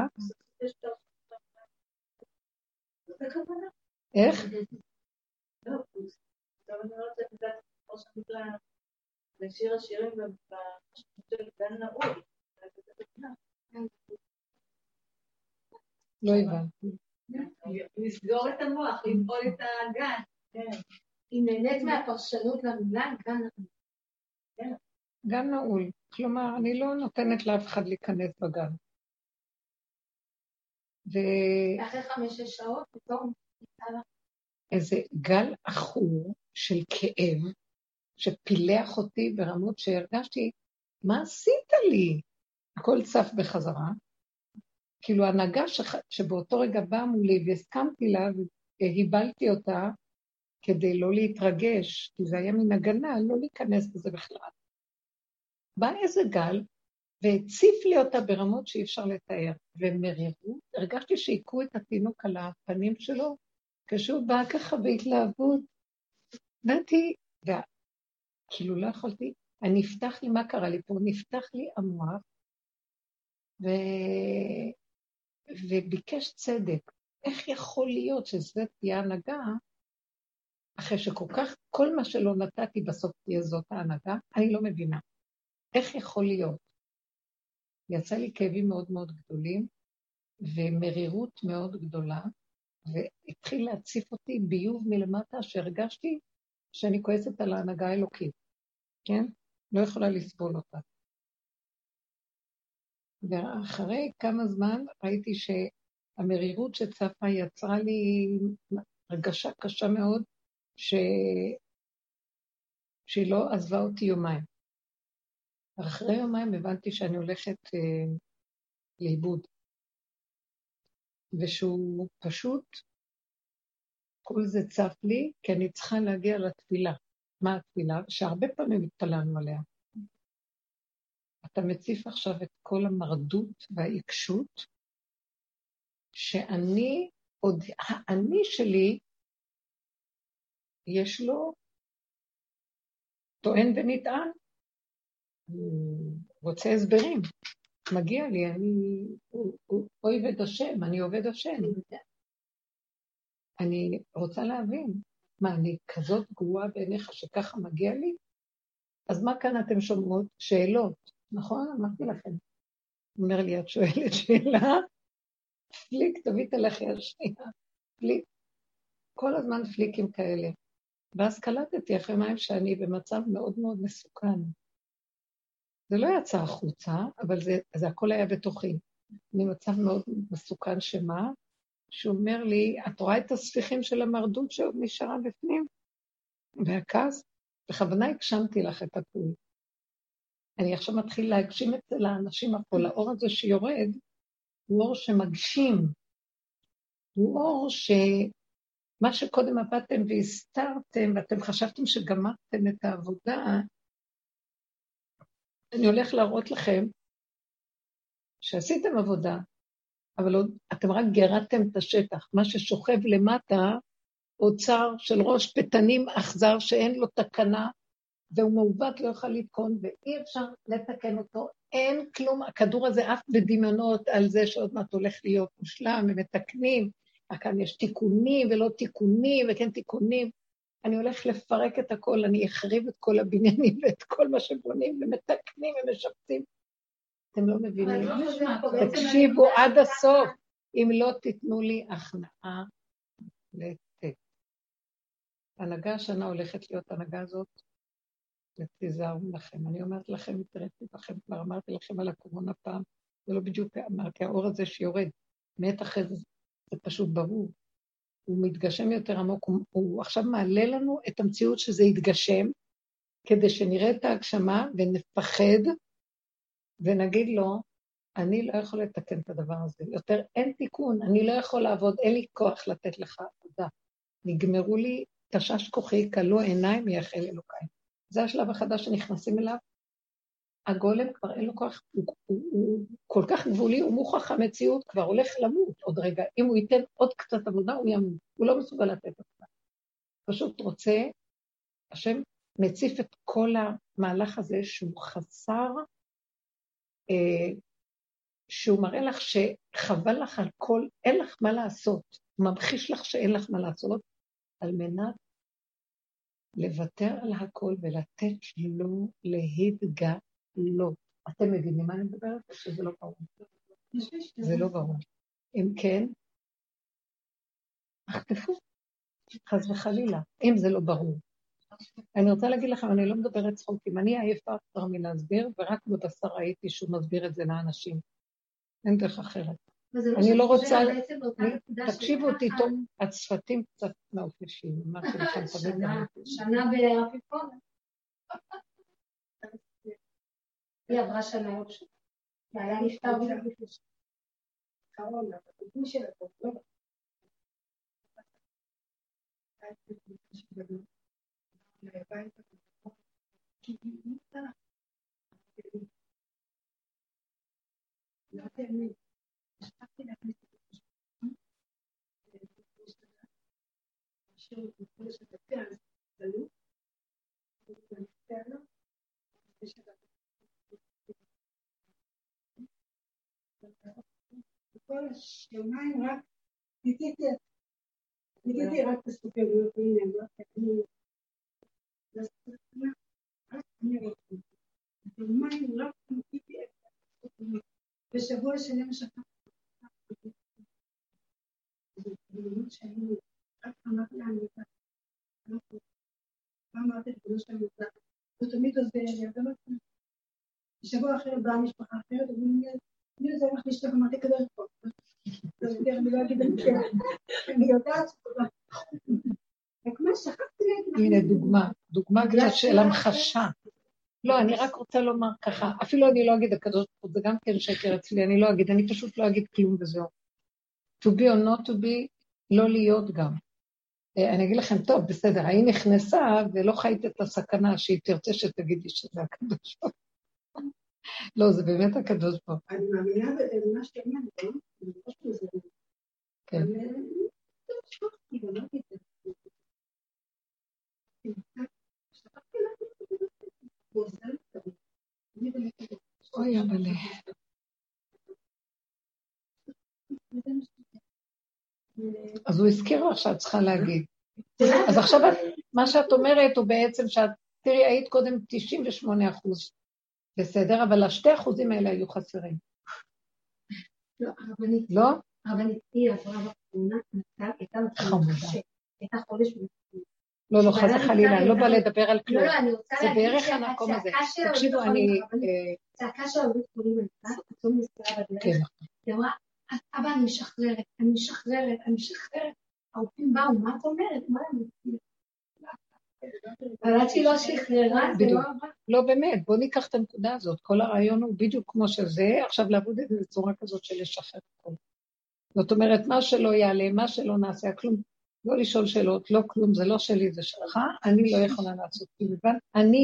A: איך?
B: לא, עכשיו אני אומרת שזה כמו שנקרא לשיר השירים של גן נעול.
A: לא הבנתי.
C: לסגור את המוח, לפעול את הגן.
D: היא נהנית מהפרשנות למילה גן נעול.
A: גן נעול. כלומר, אני לא נותנת לאף אחד להיכנס בגן.
D: אחרי 5-6 שעות, פתאום
A: איזה גל עכור של כאב, שפילח אותי ברמות שהרגשתי, מה עשית לי? הכל צף בחזרה. כאילו הנהגה שבאותו רגע באה מולי והסכמתי לה והיבלתי אותה כדי לא להתרגש, כי זה היה מן הגנה, לא להיכנס בזה בכלל. בא איזה גל והציף לי אותה ברמות שאי אפשר לתאר, ומרירות, הרגשתי שיקו את התינוק על הפנים שלו, כשהוא בא ככה בהתלהבות, באתי, כאילו לא יכולתי, נפתח לי, מה קרה לי פה? נפתח לי המוח, וביקש צדק. איך יכול להיות שזה תהיה הנהגה, אחרי שכל כך, כל מה שלא נתתי בסוף תהיה זאת ההנהגה, אני לא מבינה. איך יכול להיות? יצא לי כאבים מאוד מאוד גדולים, ומרירות מאוד גדולה, והתחיל להציף אותי ביוב מלמטה, שהרגשתי שאני כועסת על ההנהגה האלוקית, כן? לא יכולה לסבול אותה. ואחרי כמה זמן ראיתי שהמרירות שצפה יצרה לי הרגשה קשה מאוד, שהיא לא עזבה אותי יומיים. אחרי יומיים הבנתי שאני הולכת לאיבוד, ושהוא פשוט, כל זה צף לי, כי אני צריכה להגיע לתפילה. מה התפילה? שהרבה פעמים התפללנו עליה. אתה מציף עכשיו את כל המרדות והעיקשות, שאני, עוד האני שלי, יש לו טוען ונטען, רוצה הסברים, מגיע לי, אני אוהב השם, אני עובד השם. אני רוצה להבין, מה, אני כזאת גרועה בעיניך שככה מגיע לי? אז מה כאן אתם שומעות? שאלות, נכון? אמרתי לכם. אומר לי, את שואלת שאלה? פליק, תביא תלך יד שנייה. פליק. כל הזמן פליקים כאלה. ואז קלטתי אחרי מים שאני במצב מאוד מאוד מסוכן. זה לא יצא החוצה, אבל זה הכל היה בתוכי. ממצב מאוד מסוכן שמה, שהוא אומר לי, את רואה את הספיחים של המרדות שעוד נשארה בפנים? והכעס, בכוונה הגשמתי לך את הכול. אני עכשיו מתחיל להגשים אצל האנשים הכל, האור הזה שיורד, הוא אור שמגשים, הוא אור שמה שקודם עבדתם והסתרתם, ואתם חשבתם שגמרתם את העבודה, אני הולך להראות לכם שעשיתם עבודה, אבל עוד, אתם רק גרעתם את השטח, מה ששוכב למטה, אוצר של ראש פתנים אכזר שאין לו תקנה, והוא מעוות לא יוכל לתקון, ואי אפשר לתקן אותו, אין כלום, הכדור הזה אף בדמיונות על זה שעוד מעט הולך להיות מושלם, ומתקנים, כאן יש תיקונים ולא תיקונים, וכן תיקונים, אני הולך לפרק את הכל, אני אחריב את כל הבניינים ואת כל מה שבונים, ומתקנים ומשפצים. אתם לא מבינים, תקשיבו עד הסוף, אם לא תיתנו לי הכנעה לתת. הנהגה השנה הולכת להיות הנהגה הזאת, ותיזהרו לכם. אני אומרת לכם, התראיתי לכם, כבר אמרתי לכם על הקורונה פעם, זה לא בדיוק אמרתי, האור הזה שיורד, מעט אחרי זה, זה פשוט ברור. הוא מתגשם יותר עמוק, הוא עכשיו מעלה לנו את המציאות שזה יתגשם, כדי שנראה את ההגשמה ונפחד, ונגיד לו, אני לא יכול לתקן את הדבר הזה, יותר אין תיקון, אני לא יכול לעבוד, אין לי כוח לתת לך עבודה. נגמרו לי, תשש כוחי, כלו עיניים, יחל אלוקיים. זה השלב החדש שנכנסים אליו. הגולם כבר אין לו כוח, הוא כל כך גבולי, הוא מוכח המציאות, כבר הולך למות עוד רגע. אם הוא ייתן עוד קצת עבודה, הוא ימות. הוא לא מסוגל לתת אותה. פשוט רוצה, השם מציף את כל המהלך הזה שהוא חסר, שהוא מראה לך שחבל לך על כל, אין לך מה לעשות. הוא ממחיש לך שאין לך מה לעשות, על מנת לוותר על הכל ולתת לו להתגלות. אתם מבינים מה אני מדברת? שזה לא ברור. זה לא ברור. אם כן, תחטפו, חס וחלילה, אם זה לא ברור. אני רוצה להגיד לכם, אני לא מדברת צחוקים, אני עייפה כבר מלהסביר, ורק בבשר ראיתי שהוא מסביר את זה לאנשים. אין דרך אחרת. אני לא רוצה, תקשיבו אותי טוב, הצפתים קצת מעופשים, אמרתי לכם תמיד.
D: שנה באפיפון. היא עברה שנה עוד שנה. והיה נפטר בגלל קרון, הפתיחים של הפתיחים. לא תאמין. השפעתי להכניס את השפעים, השאיר את כל שתפי על הסתלות, ונפתר לו, וכל השמיים רק ניתיתי רק את הסופריות, הנה, אני ראיתי, השמיים רק ניתיתי את הסופריות, בשבוע שלם שפעתי, במימות שהיינו, רק אמרתי לה, אני יודעת, לא פה. מה אמרתי לבנו שאני יודעת? הוא תמיד עוזר לי, אבל לא תמיד. בשבוע אחר באה משפחה אחרת, אני עוזר לך לשתף, אמרתי כדור פה. אני לא אגיד את זה, אני יודעת שכולה. וכמה שכחתי להגיד.
A: הנה דוגמה קצת של המחשה. לא, אני רק רוצה לומר ככה, אפילו אני לא אגיד הקדוש ברוך הוא, זה גם כן שקר אצלי, אני לא אגיד, אני פשוט לא אגיד כלום וזהו. To be or not to be, לא להיות גם. אני אגיד לכם, טוב, בסדר, היא נכנסה ולא חיית את הסכנה שהיא תרצה שתגידי שזה הקדוש ברוך הוא. לא, זה באמת הקדוש ברוך הוא.
D: אני מאמינה במה שאתה אומר, אני חושבת שזה.
A: כן.
D: אני שכחתי, אבל לא אגיד את זה. שכחתי להגיד את זה.
A: אוי, אבל... אז הוא הזכיר לך שאת צריכה להגיד. אז עכשיו מה שאת אומרת הוא בעצם שאת, תראי, היית קודם 98%, בסדר, אבל 2% האלה היו חסרים.
D: לא? הרבנית היא עברה בפעונה, הייתה חודש, הייתה חודש,
A: לא, חס וחלילה, אני לא באה לדבר על כלום.
D: לא, אני רוצה
A: זה בערך המקום הזה. תקשיבו, אני...
D: צעקה של ההורים קוראים על זה, פתאום נזכרה בדרך. היא אמרה, אבא, אני משחררת. הרופאים באו, מה את אומרת? מה אני אומרת? אבל עד שהיא לא שחררה, זה לא עברה.
A: לא, באמת, בואו ניקח את הנקודה הזאת. כל הרעיון הוא בדיוק כמו שזה, עכשיו לעבוד את זה בצורה כזאת של לשחרר הכל. זאת אומרת, מה שלא יעלה, מה שלא נעשה, כלום, לא לשאול שאלות, לא כלום, זה לא שלי, זה שלך, אני לא יכולה לעשות כלום,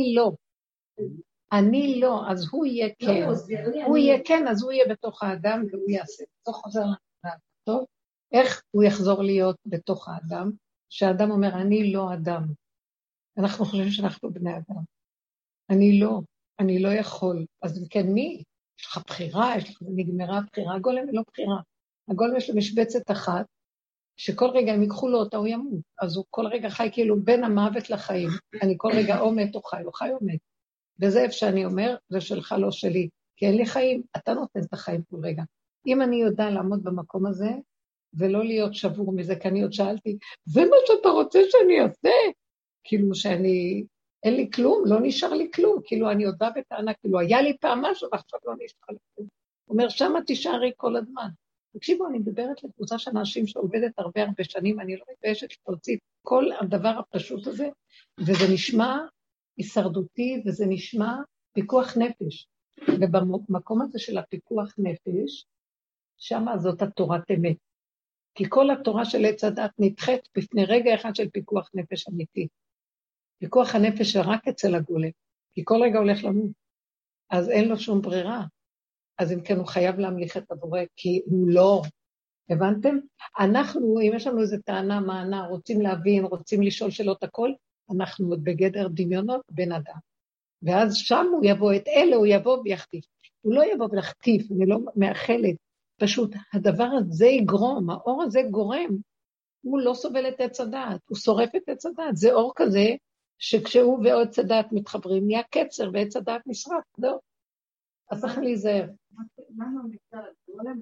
A: אני לא, אז הוא יהיה כן, הוא יהיה כן, אז הוא יהיה בתוך האדם והוא יעשה, זה חוזר לנקודה, טוב? איך הוא יחזור להיות בתוך האדם, שהאדם אומר, אני לא אדם, אנחנו חושבים שאנחנו בני אדם, אני לא יכול, אז כן מי? יש לך בחירה, נגמרה הבחירה, הגולם היא לא בחירה, הגולם יש לו משבצת אחת, שכל רגע הם ייקחו לו אותה, הוא ימות. אז הוא כל רגע חי כאילו בין המוות לחיים. אני כל רגע או מת או חי, או חי או מת. וזה איפה שאני אומר, זה שלך לא שלי. כי אין לי חיים, אתה נותן את החיים כל רגע. אם אני יודע לעמוד במקום הזה, ולא להיות שבור מזה, כי אני עוד שאלתי, זה מה שאתה רוצה שאני אעשה? כאילו שאני, אין לי כלום, לא נשאר לי כלום. כאילו אני יודע בטענה, כאילו היה לי פעם משהו, ועכשיו לא נשאר לי כלום. הוא אומר, שמה תישארי כל הזמן. תקשיבו, אני מדברת לקבוצה של אנשים שעובדת הרבה שנים, אני לא מתביישת להוציא כל הדבר הפשוט הזה, וזה נשמע הישרדותי, וזה נשמע פיקוח נפש. ובמקום הזה של הפיקוח נפש, שמה זאת התורת אמת. כי כל התורה של עץ הדת נדחית בפני רגע אחד של פיקוח נפש אמיתי. פיקוח הנפש רק אצל הגולם, כי כל רגע הולך למות, אז אין לו שום ברירה. אז אם כן הוא חייב להמליך את הבורא, כי הוא לא, הבנתם? אנחנו, אם יש לנו איזו טענה, מענה, רוצים להבין, רוצים לשאול שאלות הכל, אנחנו עוד בגדר דמיונות בן אדם. ואז שם הוא יבוא את אלה, הוא יבוא ויחטיף. הוא לא יבוא ולחטיף, אני לא מאחלת, פשוט הדבר הזה יגרום, האור הזה גורם, הוא לא סובל את עץ הדעת, הוא שורף את עץ הדעת, זה אור כזה, שכשהוא ועץ הדעת מתחברים, נהיה קצר ועץ הדעת נשרף, לא. אז צריך להיזהר.
B: מה נמצא לגולם?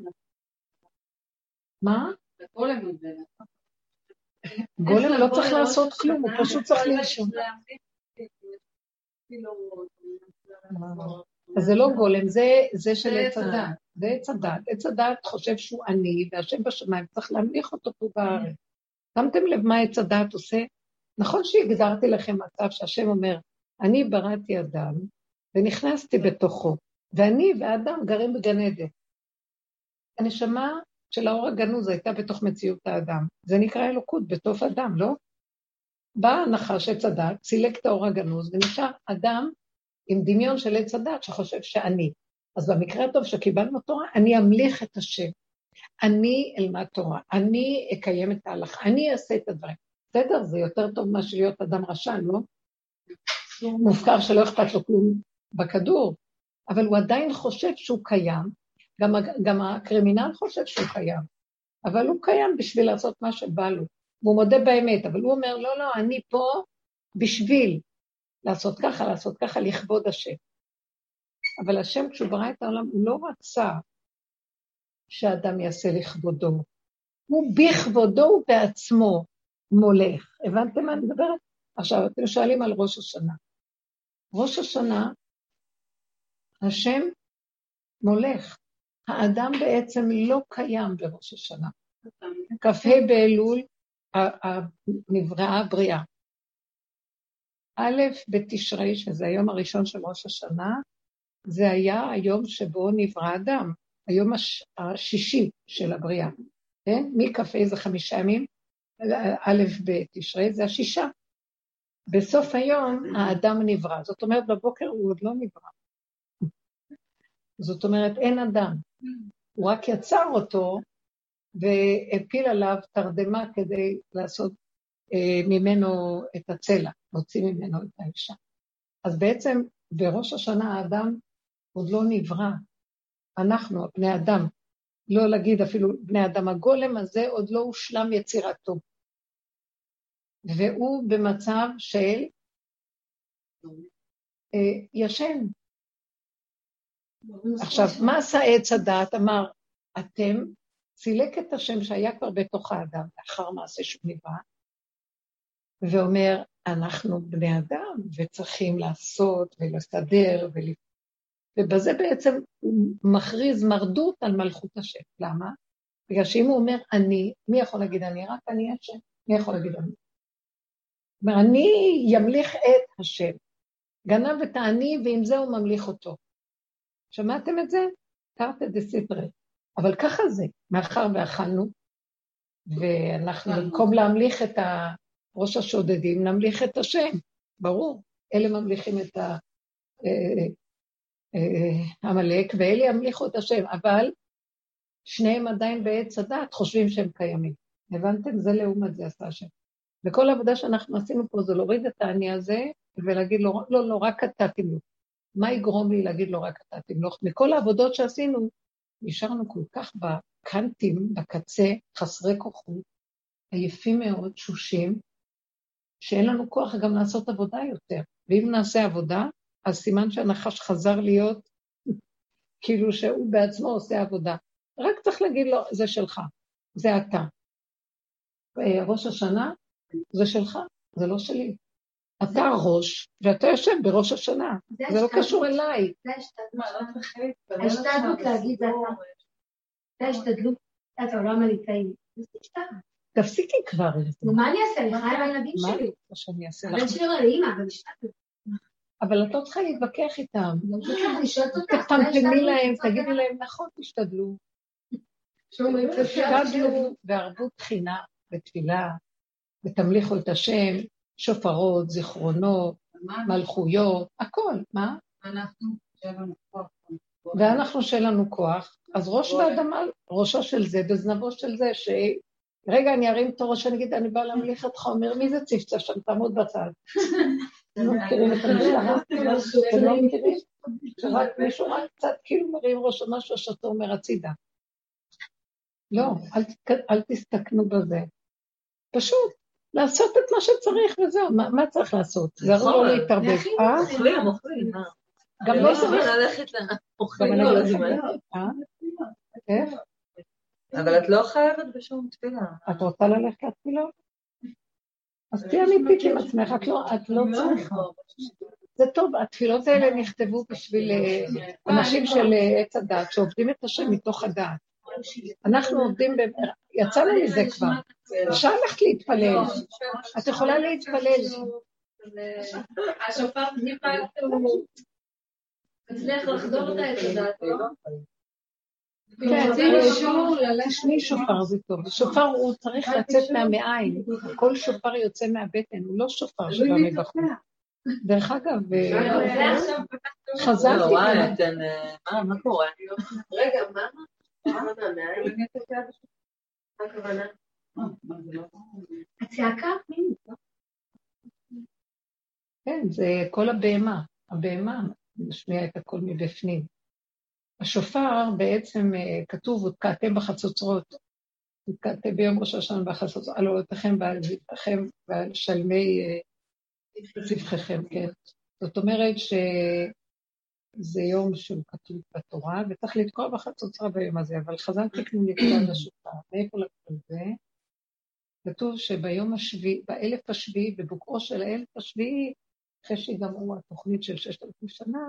A: מה?
B: לגולם זה.
A: גולם לא צריך לעשות כלום, הוא פשוט צריך לנשום. אז זה לא גולם, זה של עץ הדעת. זה עץ הדעת. עץ הדעת חושב שהוא עני, והשם בשמיים צריך להמליך אותו פה בארץ. שמתם לב מה עץ הדעת עושה? נכון שהגדרתי לכם מצב שהשם אומר, אני בראתי אדם, ונכנסתי בתוכו. ואני והאדם גרים בגן עדן. הנשמה של האור הגנוז הייתה בתוך מציאות האדם. זה נקרא אלוקות בתוך אדם, לא? בא הנחש עץ הדת, סילק את האור הגנוז, ונשאר אדם עם דמיון של עץ הדת שחושב שאני. אז במקרה הטוב שקיבלנו תורה, אני אמליך את השם. אני אלמד תורה, אני אקיים את ההלכה, אני אעשה את הדברים. בסדר, זה יותר טוב מה להיות אדם רשע, לא? מופקר שלא אכפת לו כלום בכדור. אבל הוא עדיין חושב שהוא קיים, גם הקרימינל חושב שהוא קיים, אבל הוא קיים בשביל לעשות מה שבא לו, והוא מודה באמת, אבל הוא אומר, לא, אני פה בשביל לעשות ככה, לכבוד השם. אבל השם כשהוא ברא את העולם, הוא לא רצה שהאדם יעשה לכבודו, הוא בכבודו ובעצמו מולך. הבנתם מה אני מדברת? עכשיו, אתם שואלים על ראש השנה. ראש השנה, השם מולך. האדם בעצם לא קיים בראש השנה. כ"ה באלול, נבראה הבריאה. א' בתשרי, שזה היום הראשון של ראש השנה, זה היה היום שבו נברא אדם, היום השישי של הבריאה. כן? מכ"ה זה 5 ימים, א' בתשרי זה 6. בסוף היום האדם נברא, זאת אומרת בבוקר הוא עוד לא נברא. זאת אומרת, אין אדם. הוא רק יצר אותו, והפיל עליו תרדמה כדי לעשות ממנו את הצלע, להוציא ממנו את האישה. אז בעצם, בראש השנה האדם עוד לא נברא. אנחנו, בני אדם, לא להגיד אפילו בני אדם, הגולם הזה עוד לא הושלם יצירתו. והוא במצב של ישן. עכשיו, מה עשה עץ הדעת? אמר, אתם, סילק את השם שהיה כבר בתוך האדם, לאחר מעשה שהוא נברא, ואומר, אנחנו בני אדם, וצריכים לעשות ולסדר, ובזה בעצם הוא מכריז מרדות על מלכות השם. למה? בגלל שאם הוא אומר אני, מי יכול להגיד אני? רק אני השם. מי יכול להגיד אני? אומר, אני ימליך את השם. גנב את העני, ועם זה הוא ממליך אותו. שמעתם את זה? תרתי דסתרי. אבל ככה זה, מאחר ואכלנו, ואנחנו במקום להמליך את ראש השודדים, נמליך את השם. ברור, אלה ממליכים את המלאק, ואלה ימליכו את השם, אבל שניהם עדיין בעץ הדת חושבים שהם קיימים. הבנתם? זה לעומת זה עשה השם. וכל העבודה שאנחנו עשינו פה זה להוריד את העני הזה, ולהגיד לו, לא, רק אתה תמלוך. מה יגרום לי להגיד לו רק אתה תמלוך? מכל העבודות שעשינו, נשארנו כל כך בקנטים, בקצה, חסרי כוחות, עייפים מאוד, תשושים, שאין לנו כוח גם לעשות עבודה יותר. ואם נעשה עבודה, אז סימן שהנחש חזר להיות, כאילו שהוא בעצמו עושה עבודה. רק צריך להגיד לו, זה שלך, זה אתה. ראש השנה, זה שלך, זה לא שלי. אתה הראש, ואתה יושב בראש השנה. זה לא קשור אליי.
D: זה ההשתדלות להגיד, זה ההשתדלות, את העולם הליטאי.
A: תפסיקי כבר.
D: מה אני אעשה? אני חייב הילדים שלי.
A: מה שאני אעשה לך?
D: הבן שלי אומר לאמא, אבל השתדלות. אבל
A: את לא צריכה להתווכח איתם. תפמפמי להם, תגידי להם, נכון, תשתדלו. תשתדלו בערבות תחינה בתפילה, ותמליכו את השם, שופרות, זיכרונות, מלכויות, הכל, מה? ואנחנו שלנו כוח, אז ראש באדמה, ראשו של זה, בזנבו של זה, רגע אני ארים את הראש, אני אגיד, אני באה להמליך אותך, אומר, מי זה צפצף שם, תעמוד בצד. לא מכירים את המשטרה? אתם לא מכירים? שרק מישהו רק קצת כאילו מרים ראש או משהו, שאתה אומר הצידה. לא, אל תסתכנו בזה. פשוט, לעשות את מה שצריך וזהו, מה צריך לעשות? זה לא להתערבב.
B: אוכלים.
A: גם לא צריך
B: ללכת לאוכלים.
A: איך?
B: אבל את לא חייבת בשום תפילה.
A: את רוצה ללכת לתפילה? אז תהיה אמיתית עם עצמך, את לא צריכה. זה טוב, התפילות האלה נכתבו בשביל אנשים של עץ הדת, שעובדים את השם מתוך הדת. אנחנו עובדים, יצאנו מזה כבר. אפשר ללכת להתפלל. את יכולה להתפלל.
C: השופר טיפה הוא מצליח לחדור את העץ הדת, לא?
A: כן, תשמעי שופר זה טוב. שופר הוא צריך לצאת מהמעיים. כל שופר יוצא מהבטן, הוא לא שופר שבא מבחור. דרך אגב, חזרתי.
B: מה קורה? רגע, מה מהמעיים? מה הכוונה?
D: הצעקה?
A: כן, זה כל הבהמה. הבהמה משמיעה את הכל מבפנים. השופר בעצם כתוב, ותקעתם בחצוצרות, ותקעתם ביום ראש השנה בחצוצרות, על עולותיכם ועל זבחיכם ועל שלמי זבחיכם, כן. זאת אומרת שזה יום שהוא כתוב בתורה, וצריך לתקוע בחצוצרה ביום הזה, אבל חז"ל תקנו לתקוע לשופר. מאיפה לקחו את זה? כתוב שביום השביעי, באלף השביעי, בבוקרו של האלף השביעי, אחרי שיגמרו התוכנית של 6,000 שנה,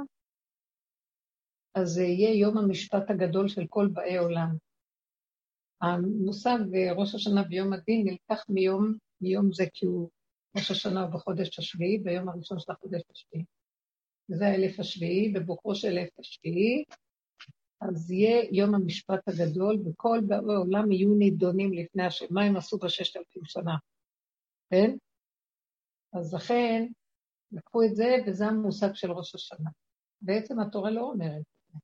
A: אז זה יהיה יום המשפט הגדול של כל באי עולם. המושג ראש השנה ביום הדין נלקח מיום זה, כי הוא ראש השנה בחודש השביעי, ביום הראשון של החודש השביעי. וזה האלף השביעי, בבוקרו של אלף השביעי, אז יהיה יום המשפט הגדול, וכל באי עולם יהיו נידונים לפני השם. מה הם עשו ב6,000 שנה? כן? אז לכן, לקחו את זה, וזה המושג של ראש השנה. בעצם התורה לא אומרת.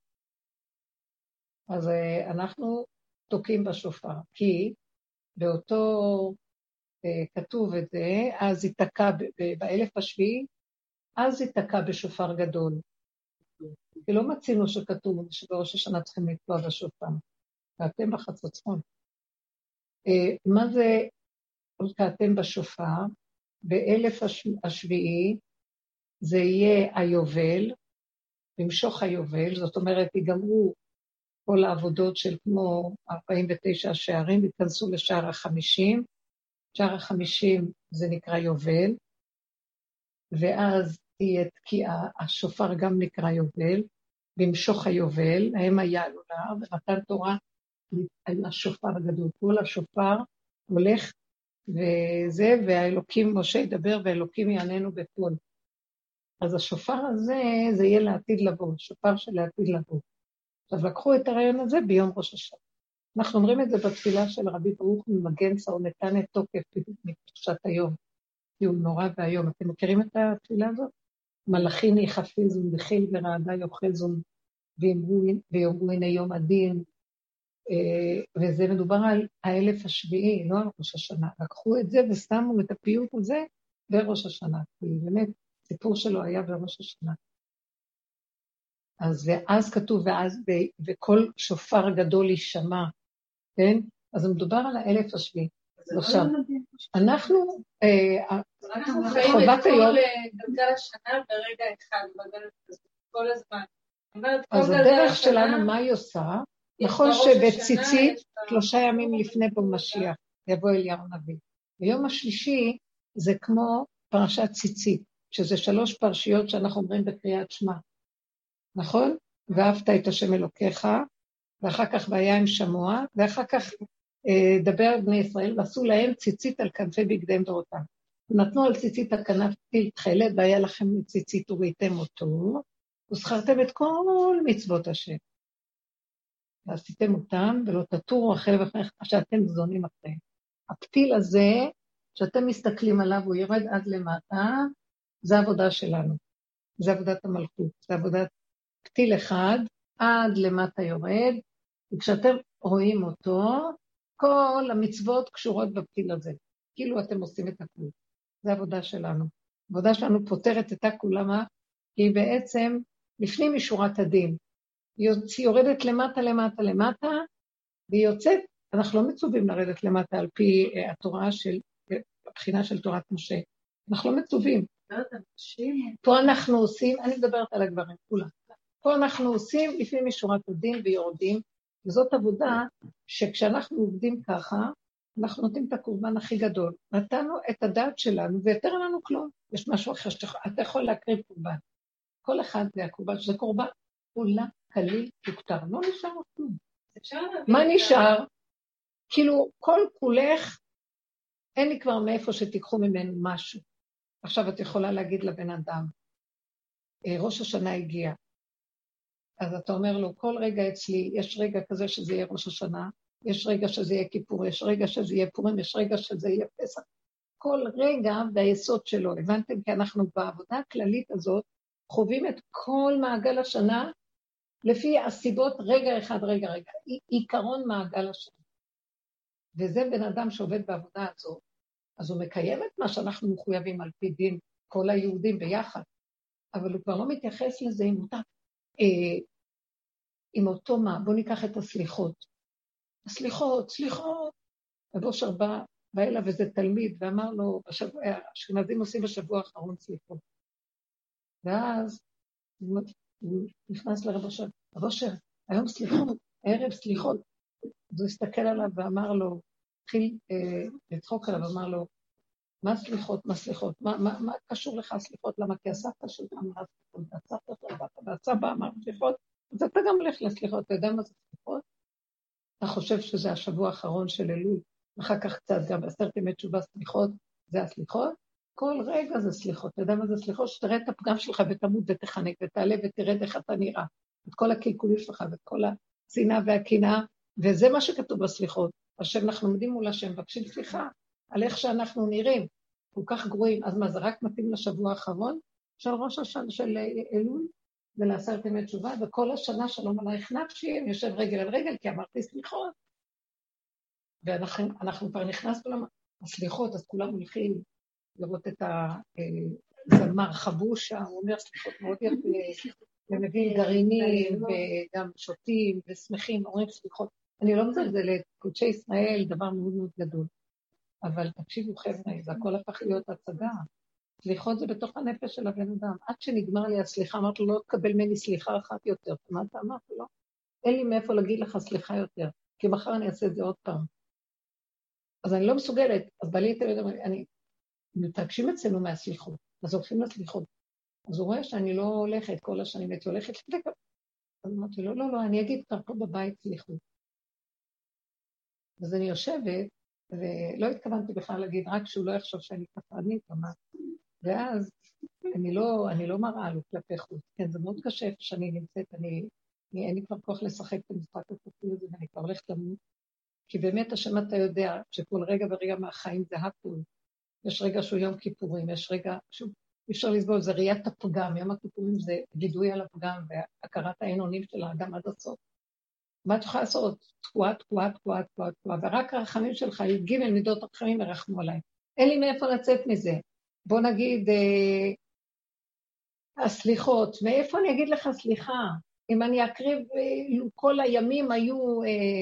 A: אז אנחנו תוקעים בשופר, כי באותו כתוב את זה, אז ייתקע באלף השביעי, אז ייתקע בשופר גדול. כי לא מצינו שכתוב שבראש השנה צריכים לתקוע בשופר, ואתם בחצוצרות. מה זה תקעתם בשופר? באלף השביעי זה יהיה היובל, למשוך היובל, זאת אומרת, ייגמרו כל העבודות של כמו 49 שערים, ייכנסו לשער ה50, שער ה50 זה נקרא יובל, ואז תהיה תקיעה, השופר גם נקרא יובל, במשוך היובל, ההם היה עלולה, ונתן תורה על השופר הגדול, כל השופר הולך וזה, והאלוקים, משה ידבר והאלוקים יעננו בקול. אז השופר הזה, זה יהיה לעתיד לבוא, שופר של לעתיד לבוא. עכשיו לקחו את הרעיון הזה ביום ראש השנה. אנחנו אומרים את זה בתפילה של רבי ברוך ממגנצה, הוא נתן את תוקף מקדושת היום, כי הוא נורא והיום. אתם מכירים את התפילה הזאת? מלאכין יחפזון, בחיל ורעדה יוחזון, ויאמרו הנה יום הדין, וזה מדובר על האלף השביעי, לא על ראש השנה. לקחו את זה ושמו את הפיוט הזה בראש השנה, כי באמת סיפור שלו היה בראש השנה. אז כתוב, וכל שופר גדול יישמע, כן? אז מדובר על האלף השביעי. עכשיו, אנחנו
C: חיים את כל גלגל השנה ברגע אחד, כל הזמן.
A: אז הדרך שלנו, מה היא עושה? נכון שבציצית, 3 ימים לפני בו משיח, יבוא אליהו הנביא. ביום השלישי זה כמו פרשת ציצית, שזה 3 פרשיות שאנחנו אומרים בקריאת שמע. נכון? ואהבת את השם אלוקיך, ואחר כך והיה עם שמוע, ואחר כך דבר בני ישראל, ועשו להם ציצית על כנפי בגדיהם דורותם. נתנו על ציצית הכנף תכלת, והיה לכם ציצית וראיתם אותו, וזכרתם את כל מצוות השם. ועשיתם אותם, ולא תטורו אחרי ואחרי שאתם זונים אחריהם. הפתיל הזה, שאתם מסתכלים עליו, הוא יורד עד למטה, זה העבודה שלנו. זה עבודת המלכות, זה עבודת פתיל אחד, עד למטה יורד, וכשאתם רואים אותו, כל המצוות קשורות בפתיל הזה. כאילו אתם עושים את הכול. זה העבודה שלנו. העבודה שלנו פותרת את הכול, למה? כי היא בעצם לפנים משורת הדין. היא יורדת למטה, למטה, למטה, והיא יוצאת, אנחנו לא מצווים לרדת למטה על פי התורה של, הבחינה של תורת משה. אנחנו לא מצווים. פה אנחנו עושים, אני מדברת על הגברים, כולם. פה אנחנו עושים לפנים משורת הדין ויורדים, וזאת עבודה שכשאנחנו עובדים ככה, אנחנו נותנים את הקורבן הכי גדול. נתנו את הדעת שלנו, ויותר לנו כלום. יש משהו אחר שאתה יכול להקריב קורבן. כל אחד זה הקורבן, שזה קורבן כולה קליל תוכתר. לא נשאר כלום. מה נשאר? כאילו, כל כולך, אין לי כבר מאיפה שתיקחו ממנו משהו. עכשיו את יכולה להגיד לבן אדם, ראש השנה הגיע. אז אתה אומר לו, כל רגע אצלי, יש רגע כזה שזה יהיה ראש השנה, יש רגע שזה יהיה כיפור, יש רגע שזה יהיה פורים, יש רגע שזה יהיה פסח. כל רגע והיסוד שלו, הבנתם? כי אנחנו בעבודה הכללית הזאת, חווים את כל מעגל השנה, לפי הסיבות רגע אחד, רגע, עיקרון מעגל השנה. וזה בן אדם שעובד בעבודה הזאת, אז הוא מקיים את מה שאנחנו מחויבים על פי דין, כל היהודים ביחד, אבל הוא כבר לא מתייחס לזה עם אותו מה. בואו ניקח את הסליחות. הסליחות. רב אושר בא אליו איזה תלמיד ואמר לו, האשכנזים עושים בשבוע האחרון סליחות. ואז הוא נכנס לרב אושר, רב אושר, היום סליחות, הערב סליחות. אז הוא הסתכל עליו ואמר לו, התחיל לצחוק עליו, אמר לו, מה סליחות? מה קשור לך סליחות? למה? כי הסבתא שלך אמרה סליחות, והסבתא שלך, והסבא אמר סליחות, אז אתה גם הולך לסליחות, אתה יודע מה זה סליחות? אתה חושב שזה השבוע האחרון של אלול, אחר כך קצת גם 10 ימי תשובה סליחות, זה הסליחות? כל רגע זה סליחות, אתה יודע מה זה סליחות? שתראה את הפגם שלך ותמות ותחנק ותעלה ותרד איך אתה נראה, את כל הקלקולים שלך ואת כל השנאה והקנאה, וזה מה שכתוב בסליחות. עכשיו אנחנו עומדים מול השם, מבקשים סליחה על איך שאנחנו נראים, כל כך גרועים. אז מה, זה רק מתאים לשבוע האחרון של ראש השנה של אלול, ול10 ימי תשובה, וכל השנה שלום עלייך נפשי, אני יושב רגל על רגל, כי אמרתי סליחות. ואנחנו כבר נכנסנו לסליחות, אז כולם הולכים לראות את הזמר חבושה, הוא אומר סליחות מאוד יפה, ומביא גרעינים, וגם שותים ושמחים, אומרים סליחות. אני לא מזלזלת, קודשי ישראל, דבר מאוד מאוד גדול. אבל תקשיבו חבר'ה, זה הכל הפך להיות הצגה. סליחות זה בתוך הנפש של הבן אדם. עד שנגמר לי הסליחה, אמרת לו, לא תקבל ממני סליחה אחת יותר. מה אתה אמרת לו? אין לי מאיפה להגיד לך סליחה יותר, כי מחר אני אעשה את זה עוד פעם. אז אני לא מסוגלת, אז בא לי את הילד, אני מתרגשים אצלנו מהסליחות, אז הולכים לסליחות. אז הוא רואה שאני לא הולכת כל השנים, הייתי הולכת לפני. אז אמרתי לו, לא, אני אגיד כבר פה בבית סליחות. אז אני יושבת, ולא התכוונתי בכלל להגיד, רק שהוא לא יחשוב שאני כפרנית, ואז אני לא מראה לו כלפי חוץ. כן, זה מאוד קשה איפה שאני נמצאת, אין לי כבר כוח לשחק את המשחק הכפול הזה, ואני כבר הולכת למות. כי באמת השם אתה יודע שכל רגע ורגע מהחיים זה הפול. יש רגע שהוא יום כיפורים, יש רגע שהוא אפשר לסבול, זה ראיית הפגם, יום הכיפורים זה וידוי על הפגם והכרת העינונים של האדם עד הסוף. מה את יכולה לעשות? תקועה, ורק הרחמים שלך, י"ג מידות הרחמים ירחמו עליי. אין לי מאיפה לצאת מזה. בוא נגיד, הסליחות, מאיפה אני אגיד לך סליחה? אם אני אקריב, כל הימים היו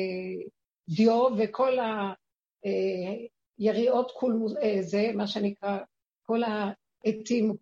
A: דיו, וכל היריעות, זה מה שנקרא, כל העצים,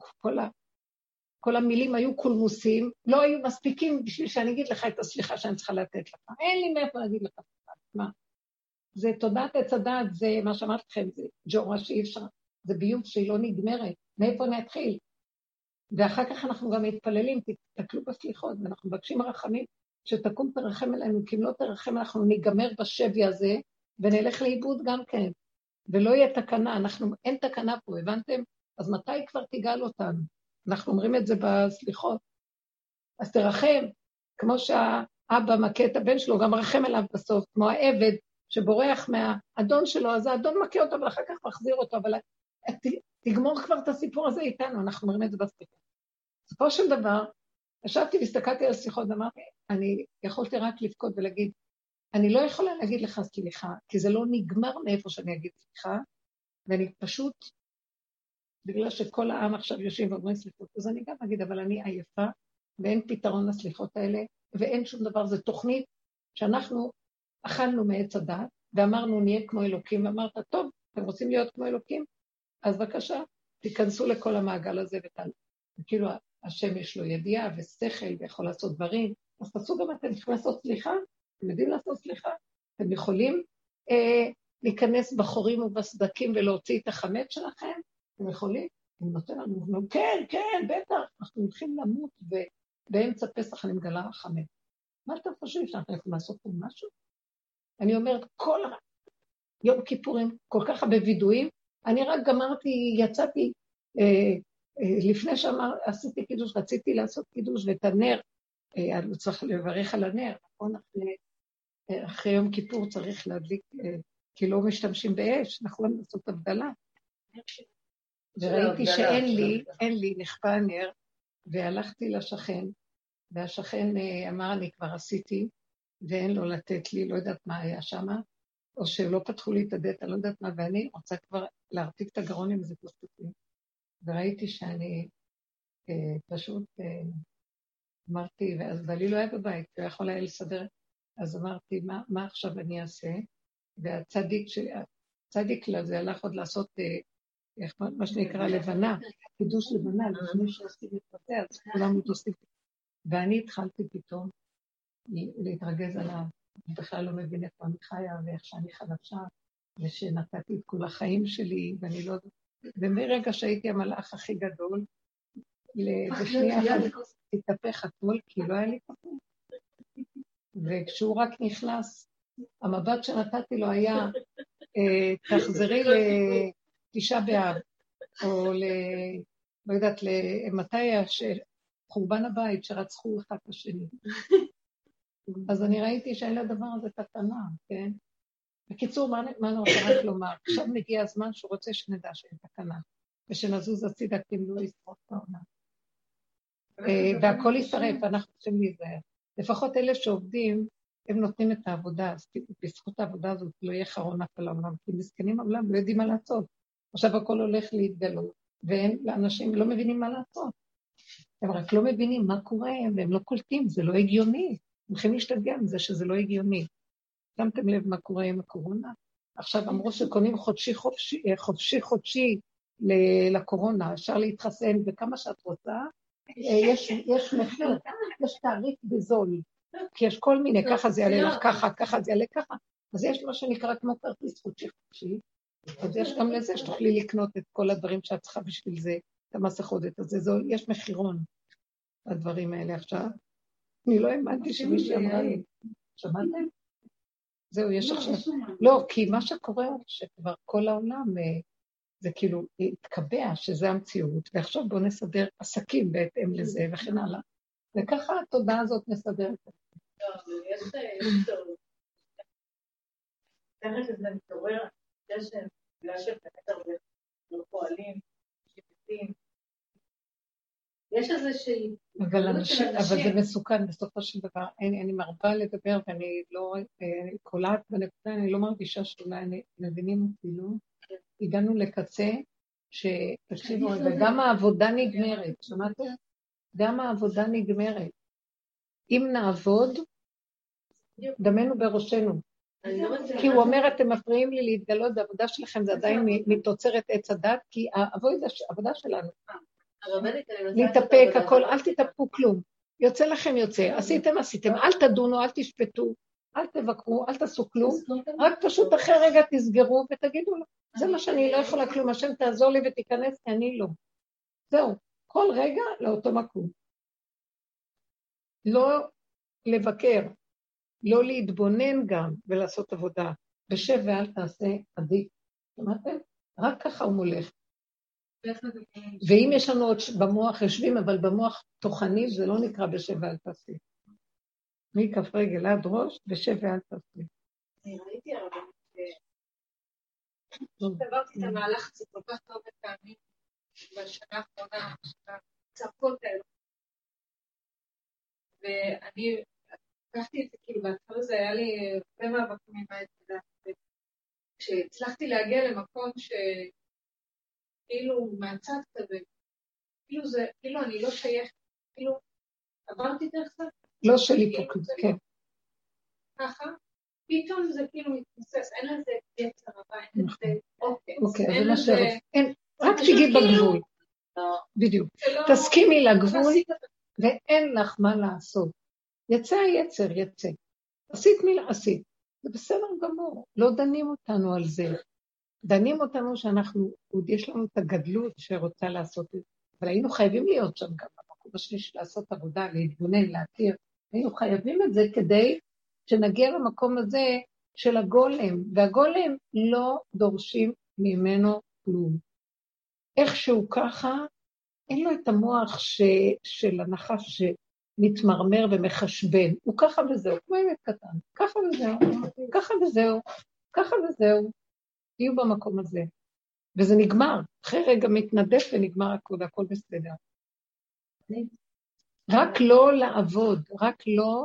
A: כל המילים היו קולמוסים, לא היו מספיקים בשביל שאני אגיד לך את הסליחה שאני צריכה לתת לך. אין לי מאיפה להגיד לך. מה? זה תודעת עץ הדעת, זה מה שאמרתי לכם, זה ג'ורה שאי אפשר, זה ביוב שהיא לא נגמרת. מאיפה נתחיל? ואחר כך אנחנו גם מתפללים, תתקלו בסליחות, ואנחנו מבקשים רחמים, שתקום תרחם אלינו, כי אם לא תרחם אנחנו ניגמר בשבי הזה, ונלך לאיבוד גם כן. ולא יהיה תקנה, אין תקנה פה, הבנתם? אז מתי כבר תיגל אותנו? אנחנו אומרים את זה בסליחות. אז תרחם, כמו שהאבא מכה את הבן שלו, גם רחם אליו בסוף, כמו העבד שבורח מהאדון שלו, אז האדון מכה אותו, ואחר כך מחזיר אותו, אבל תגמור כבר את הסיפור הזה איתנו, אנחנו אומרים את זה בסליחות. בסופו של דבר, ישבתי והסתכלתי על הסליחות, ואמרתי, אני יכולתי רק לבכות ולהגיד, אני לא יכולה להגיד לך סליחה, כי זה לא נגמר מאיפה שאני אגיד סליחה, ואני פשוט, בגלל שכל העם עכשיו יושבים ואומרים סליחות, אז אני גם אגיד, אבל אני עייפה, ואין פתרון לסליחות האלה, ואין שום דבר, זה תוכנית שאנחנו אכלנו מעץ הדת, ואמרנו נהיה כמו אלוקים, ואמרת, טוב, אתם רוצים להיות כמו אלוקים? אז בבקשה, תיכנסו לכל המעגל הזה, וכאילו השם יש לו ידיעה ושכל, ויכול לעשות דברים, אז תעשו גם אתם צריכים לעשות סליחה, אתם יודעים לעשות סליחה, אתם יכולים להיכנס בחורים ובסדקים ולהוציא את החמץ שלכם, אתם יכולים? הם נותן לנו, כן, בטח, אנחנו הולכים למות, ובאמצע פסח אני מגלה החמץ. מה אתם חושבים שאנחנו יכולים לעשות פה משהו? אני אומרת, כל יום כיפורים, כל כך הרבה וידועים, אני רק גמרתי, יצאתי, לפני שעשיתי קידוש, רציתי לעשות קידוש, ואת הנר, אני צריך לברך על הנר, נכון? אחרי יום כיפור צריך להדליק, כי לא משתמשים באש, נכון? לעשות הבדלה. וראיתי שאין לי, נכפה הנר, והלכתי לשכן, והשכן אמר, אני כבר עשיתי, ואין לו לתת לי, לא יודעת מה היה שם, או שלא פתחו לי את הדלת, אני לא יודעת מה, ואני רוצה כבר להרתיק את הגרון עם זה פלסטיקים. וראיתי שאני פשוט אמרתי, ואז בעלי לא היה בבית, הוא יכול היה לסדר, אז אמרתי, מה עכשיו אני אעשה? והצדיק לזה הלך עוד לעשות, מה שנקרא לבנה, קידוש לבנה, לפני שעשיתי להתפתח, אז כולם מתעושים. ואני התחלתי פתאום להתרגז עליו, בכלל לא מבין איפה אני חיה ואיך שאני חדשה, ושנתתי את כל החיים שלי, ואני לא... ומרגע שהייתי המלאך הכי גדול, בשנייה התהפך הכל, כי לא היה לי כפול. וכשהוא רק נכנס, המבט שנתתי לו היה, תחזרי לתשעה באב, או לא יודעת, מתי היה חורבן הבית שרצחו אחד את השני. אז אני ראיתי שאין לדבר הזה תקנה, כן? בקיצור, מה אני רוצה רק לומר? עכשיו מגיע הזמן שהוא רוצה שנדע שאין תקנה, ושנזוז הצידה כאילו לא ישרוף את העונה. והכל ישרף, אנחנו צריכים להיזהר. לפחות אלה שעובדים, הם נותנים את העבודה, אז בזכות העבודה הזאת לא יהיה חרון אף על העולם, כי מסכנים העולם לא יודעים מה לעשות. עכשיו הכל הולך להתגלות, ואנשים לא מבינים מה לעשות. הם רק לא מבינים מה קורה, והם לא קולטים, זה לא הגיוני. הם הולכים להשתגע עם זה שזה לא הגיוני. שמתם לב מה קורה עם הקורונה? עכשיו אמרו שקונים חופשי לקורונה, אפשר להתחסן, וכמה שאת רוצה, יש מחיר, יש תעריף בזול, כי יש כל מיני, ככה זה יעלה לך ככה, ככה זה יעלה ככה, אז יש מה שנקרא כמו כרטיס חודשי, אז יש גם לזה שתוכלי לקנות את כל הדברים שאת צריכה בשביל זה, את המסכות, את הזה, יש מחירון לדברים האלה עכשיו. אני לא האמנתי שמישהי אמרה לי, שמעתם? זהו, יש עכשיו... לא, כי מה שקורה הוא שכבר כל העולם, זה כאילו התקבע שזה המציאות, ועכשיו בואו נסדר עסקים בהתאם לזה וכן הלאה. וככה התודעה הזאת מסדרת.
B: יש טוב. תכף שזה מתעורר, יש בגלל שבאמת הרבה לא פועלים, שיפטים. יש איזושהי...
A: אבל זה מסוכן, בסופו של דבר, אני מרבה לדבר ואני לא קולעת בנקודה, אני לא מרגישה שאולי מבינים אפילו, הגענו לקצה שתקשיבו, וגם העבודה נגמרת, שמעתם? גם העבודה נגמרת. אם נעבוד, דמנו בראשנו. כי הוא אומר, אתם מפריעים לי להתגלות, העבודה שלכם זה עדיין מתוצרת עץ הדת, כי העבודה שלנו, להתאפק, הכל, אל תתאפקו כלום. יוצא לכם יוצא, עשיתם, אל תדונו, אל תשפטו, אל תבקרו, אל תעשו כלום, רק פשוט אחרי רגע תסגרו ותגידו לו, זה מה שאני לא יכולה כלום, השם תעזור לי ותיכנס, כי אני לא. זהו, כל רגע לאותו מקום. לא לבקר, לא להתבונן גם ולעשות עבודה. בשב ואל תעשה עדיף. שמעתם? רק ככה הוא מולך. ואם יש לנו עוד במוח יושבים, אבל במוח תוכני, זה לא נקרא בשב ואל תעשה. מכף רגל עד ראש, בשב ואל תעשה.
C: אני ראיתי הרבה, עברתי את המהלך הזה כל כך הרבה פעמים, בשנה האחרונה, צעקות האלה. ואני לקחתי את זה, כאילו, בהתחלה זה היה לי הרבה מאבקים עם העצדה. כשהצלחתי להגיע למקום שכאילו מהצד כזה, כאילו אני לא שייך, כאילו עברתי דרך זה.
A: לא שלי פה, כן.
C: ככה, פתאום זה כאילו מתנוסס, אין לזה יצר הבא, אין לזה עוקץ.
A: אוקיי, זה מה שרוצה. רק תגיעי בגבול. בדיוק. תסכימי לגבול, ואין לך מה לעשות. יצא היצר, יצא. עשית מילה, עשית. זה בסדר גמור. לא דנים אותנו על זה. דנים אותנו שאנחנו, עוד יש לנו את הגדלות שרוצה לעשות את זה. אבל היינו חייבים להיות שם גם במקום השליש לעשות עבודה, להתבונן, להכיר. היינו חייבים את זה כדי שנגיע למקום הזה של הגולם. והגולם לא דורשים ממנו כלום. איכשהו ככה, אין לו את המוח של הנחש מתמרמר ומחשבן, הוא ככה וזהו, כמו ילד קטן, ככה וזהו, ככה וזהו, ככה וזהו, תהיו במקום הזה. וזה נגמר, אחרי רגע מתנדף ונגמר הכל בסדר. רק לא לעבוד, רק לא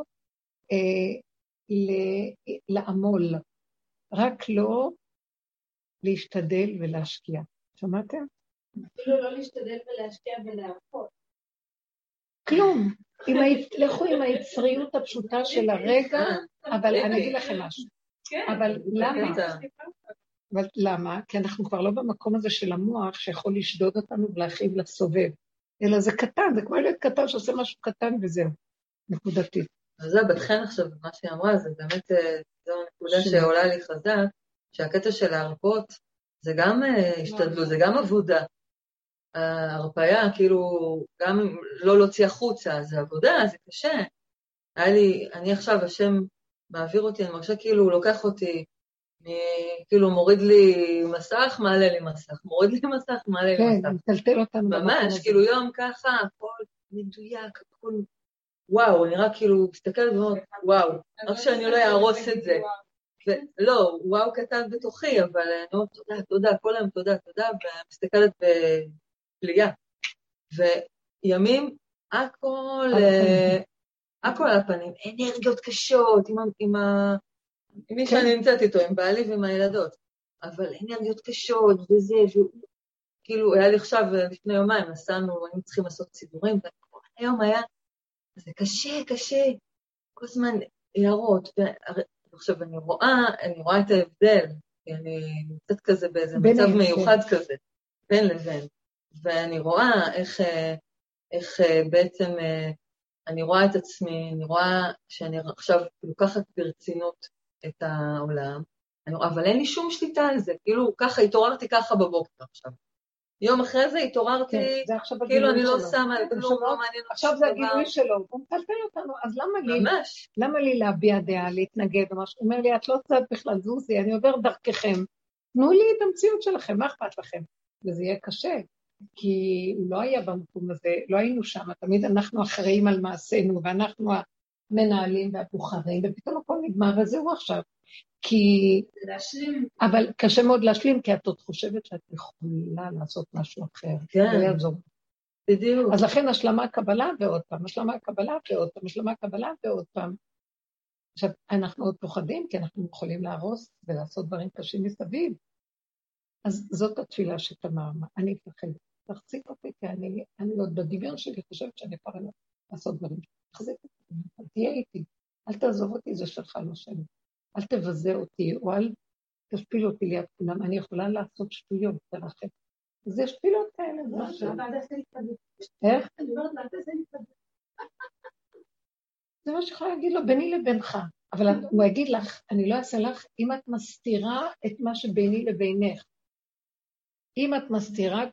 A: לעמול, רק לא להשתדל ולהשקיע. שמעתם?
C: אפילו לא להשתדל ולהשקיע ולהרפות.
A: כלום. לכו עם היצריות הפשוטה של הרגע, אבל אני אגיד לכם משהו. אבל למה? אבל למה? כי אנחנו כבר לא במקום הזה של המוח שיכול לשדוד אותנו ולהכיב לסובב. אלא זה קטן, זה כמו ילד קטן שעושה משהו קטן וזהו. נקודתית.
B: אז זה בתכן עכשיו, מה שהיא אמרה, זה באמת, זו נקודה שעולה לי חזק, שהקטע של ההרפות, זה גם השתדלות, זה גם עבודה. ההרפאיה, כאילו, גם לא להוציא החוצה, זה עבודה, זה קשה. אני עכשיו, השם מעביר אותי, אני מרשה כאילו, הוא לוקח אותי, כאילו מוריד לי מסך, מעלה לי מסך, מוריד לי מסך, מעלה לי מסך.
A: כן, מטלטל אותנו.
B: ממש, כאילו יום ככה, הכל מדויק, הכל, וואו, נראה כאילו, מסתכלת ואומרת, וואו, רק שאני לא אהרוס את זה. לא, וואו קטן בתוכי, אבל אני אומרת, תודה, כל היום תודה, ומסתכלת בפליאה. וימים, הכל על הפנים, אנרגיות קשות, עם מי שאני נמצאת איתו, עם בעלי ועם הילדות, אבל אנרגיות קשות וזה, כאילו היה לי עכשיו, לפני יומיים, היינו צריכים לעשות סידורים, והיום היה, זה קשה, כל הזמן הערות, עכשיו אני רואה את ההבדל, כי אני נמצאת כזה באיזה מצב מיוחד כזה, בין לבין, ואני רואה איך בעצם אני רואה את עצמי, אני רואה שאני עכשיו לוקחת ברצינות את העולם, אבל אין לי שום שליטה על זה, כאילו ככה התעוררתי ככה בבוקר עכשיו. יום אחרי זה התעוררתי, כאילו אני לא שמה, כלום לא מעניין.
A: עכשיו זה הגילוי שלו, הוא מטלטל אותנו, אז למה לי להביע דעה, להתנגד או משהו? הוא אומר לי, את לא צד בכלל, זוזי, אני עובר דרככם, תנו לי את המציאות שלכם, מה אכפת לכם? וזה יהיה קשה, כי הוא לא היה במקום הזה, לא היינו שם, תמיד אנחנו אחראים על מעשינו, ואנחנו המנהלים והבוחרים, ופתאום הכל נגמר, וזהו עכשיו. כי... אבל קשה מאוד להשלים, כי את עוד חושבת שאת יכולה לעשות משהו אחר.
B: כן.
A: לא יעזור.
B: בדיוק.
A: אז לכן השלמה קבלה ועוד פעם, השלמה קבלה ועוד פעם, השלמה קבלה ועוד פעם. עכשיו, אנחנו עוד פוחדים, כי אנחנו יכולים להרוס ולעשות דברים קשים מסביב. אז זאת התפילה שתמר, אני אפחד. תחזיק אותי, כי אני עוד בדמיון שלי חושבת שאני יכולה לעשות דברים. תחזיק אותי, תהיה איתי. אל תעזוב אותי, זה שלך לא שלי. אל תבזה אותי, או אל תשפיל אותי ליד כולם, אני יכולה לעשות שטויות, תרחב. אז יש שפילות כאלה, זה משהו. איך? זה מה שיכולה להגיד לו, ביני לבינך. אבל הוא יגיד לך, אני לא אעשה לך, אם את מסתירה את מה שביני לבינך. אם את מסתירה,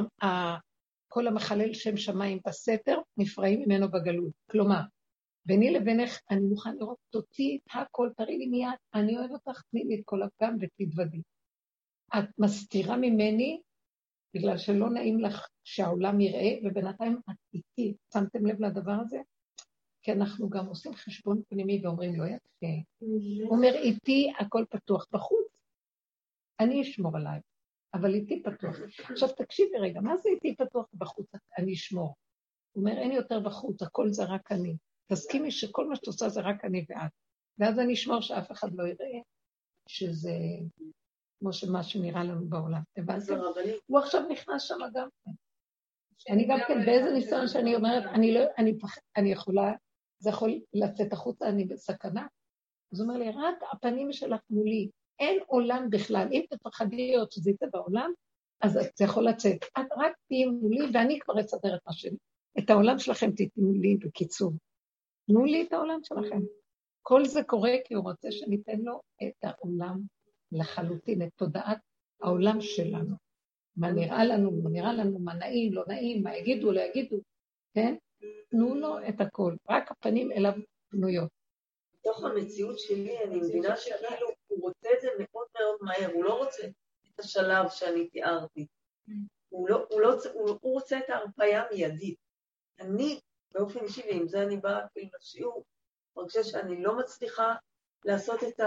A: כל המחלל שם שמיים בסתר, נפרעים ממנו בגלות. כלומר, ביני לבינך, אני מוכן לראות אותי, הכל, תראי לי מיד, אני אוהב אותך, תני לי את כל הפגם ותתוודי. את מסתירה ממני, בגלל שלא נעים לך שהעולם יראה, ובינתיים את איתי. שמתם לב לדבר הזה? כי אנחנו גם עושים חשבון פנימי ואומרים לא יפה. הוא אומר, איתי הכל פתוח בחוץ, אני אשמור עליי, אבל איתי פתוח. עכשיו תקשיבי רגע, מה זה איתי פתוח בחוץ? אני אשמור. הוא אומר, אין יותר בחוץ, הכל זה רק אני. תסכימי שכל מה שאת עושה זה רק אני ואת. ואז אני אשמור שאף אחד לא יראה שזה כמו שמה שנראה לנו בעולם. הוא עכשיו נכנס שם גם כן. אני גם כן באיזה ניסיון שאני אומרת, אני יכולה, זה יכול לצאת החוצה, אני בסכנה. אז הוא אומר לי, רק הפנים שלך מולי, אין עולם בכלל. אם תפחדי להיות שזה יצא בעולם, אז זה יכול לצאת. את רק תהיי מולי, ואני כבר אסדר את מה שלי. את העולם שלכם תתנו לי בקיצור. תנו לי את העולם שלכם. כל זה קורה כי הוא רוצה שניתן לו את העולם לחלוטין, את תודעת העולם שלנו. מה נראה לנו, מה נראה לנו, מה נעים, לא נעים, מה יגידו, לא יגידו, כן? תנו לו את הכל, רק הפנים אליו פנויות.
B: בתוך המציאות שלי אני מבינה שכאילו הוא רוצה את זה מאוד מאוד מהר, הוא לא רוצה את השלב שאני תיארתי. הוא רוצה את ההרפאיה מיידית. אני באופן אישי, ועם זה אני באה כאילו לשיעור, מרגישה שאני לא מצליחה לעשות את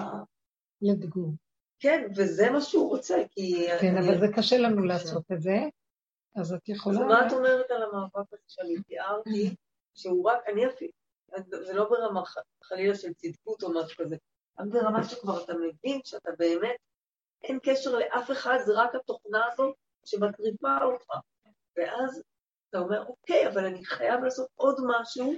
A: לדגום.
B: כן, וזה מה שהוא רוצה, כי...
A: כן, אבל זה קשה לנו לעשות את זה, אז את יכולה...
B: אז מה את אומרת על המאבק הזה שאני תיארתי, שהוא רק, אני אפילו, זה לא ברמה חלילה של צדקות או משהו כזה, אבל ברמה שכבר אתה מבין שאתה באמת, אין קשר לאף אחד, זה רק התוכנה הזו שמטריפה אותך. ואז אתה אומר, אוקיי, אבל אני חייב לעשות עוד משהו,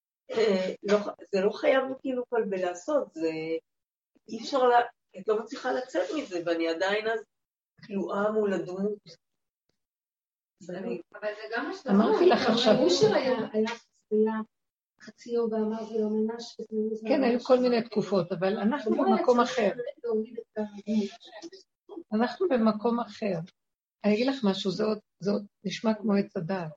B: זה לא חייב כאילו כל בלעשות, זה אי אפשר, את לא מצליחה לצאת מזה, ואני עדיין אז כלואה מול הדמות.
C: אבל זה גם מה שאתה
A: אמרתי לך עכשיו.
D: אושר היה חצי יום ואמר זה לא מנש.
A: כן, היו כל מיני תקופות, אבל אנחנו במקום אחר. אנחנו במקום אחר. אני אגיד לך משהו, זה עוד נשמע כמו עץ הדעת.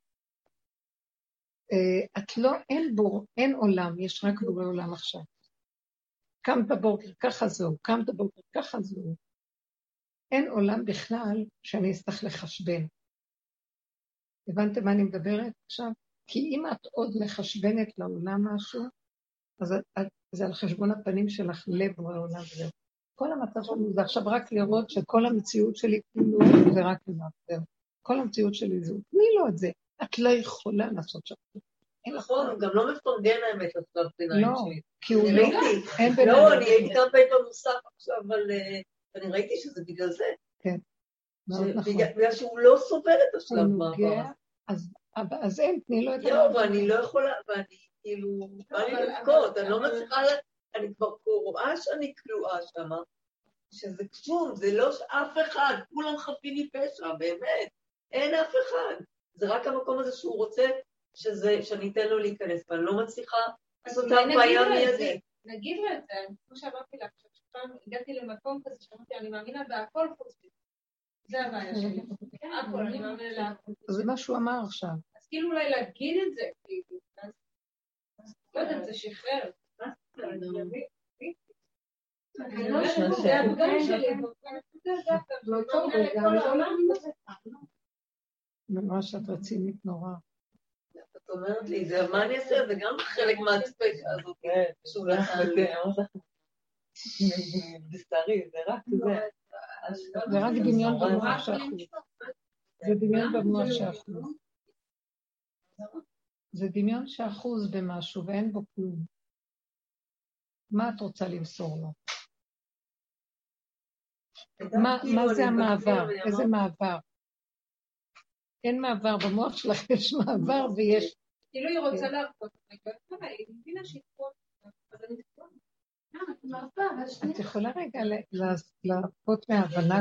A: את לא, אין עולם, יש רק בורא עולם עכשיו. קמת בבוקר, ככה זהו, קמת בבוקר, ככה זהו. אין עולם בכלל שאני אצטרך לחשבן. הבנתם מה אני מדברת עכשיו? כי אם את עוד מחשבנת לעולם משהו, אז זה על חשבון הפנים שלך לבורא העולם הזה. כל המצב שלנו זה עכשיו רק לראות שכל המציאות שלי כאילו זה רק למעבר. כל המציאות שלי זה, תני לו את זה. את לא יכולה לעשות שם.
B: נכון, הוא גם לא מפרגן האמת לצלב ביניים שלי.
A: לא, כי הוא לא,
B: אין ביניים. לא, אני הייתי כמה פעמים במוסף עכשיו, אבל אני ראיתי שזה בגלל זה.
A: כן, מאוד נכון.
B: בגלל שהוא לא סובל את השלב מעבר.
A: אז אין, תני לו את זה.
B: לא, ואני לא יכולה, ואני כאילו, בא לי לבכות, אני לא מצליחה, אני כבר רואה שאני כלואה שם, שזה כלום, זה לא אף אחד, כולם חפים מפשע, באמת, אין אף אחד. זה רק המקום הזה שהוא רוצה שאני אתן לו להיכנס, ואני לא מצליחה לעשות הרפאיה מיידית.
C: נגיד לו את זה, כמו שאמרתי לך, פעם הגעתי למקום כזה שאמרתי, אני מאמינה בהכל חוץ מזה. זה הבעיה שלי. הכל, אני מאמינה להכל.
A: זה מה שהוא אמר עכשיו.
C: אז כאילו אולי להגיד את זה, כאילו. לא יודעת, זה שחרר. זה הפגם שלי.
A: ממש את רצינית נורא.
B: את אומרת לי, מה אני אעשה? זה גם חלק מהצפקה הזאת.
E: שוב לך בשרי, זה רק זה.
A: זה רק דמיון במוח שאחוז. זה דמיון במוח שאחוז. זה דמיון שאחוז במשהו ואין בו כלום. מה את רוצה למסור לו? מה זה המעבר? איזה מעבר? אין מעבר, במוח שלך יש מעבר ויש...
C: כאילו היא רוצה להרפות, היא מבינה שהיא תקוע, אז אני תקוע.
A: את יכולה רגע להרפות מההבנה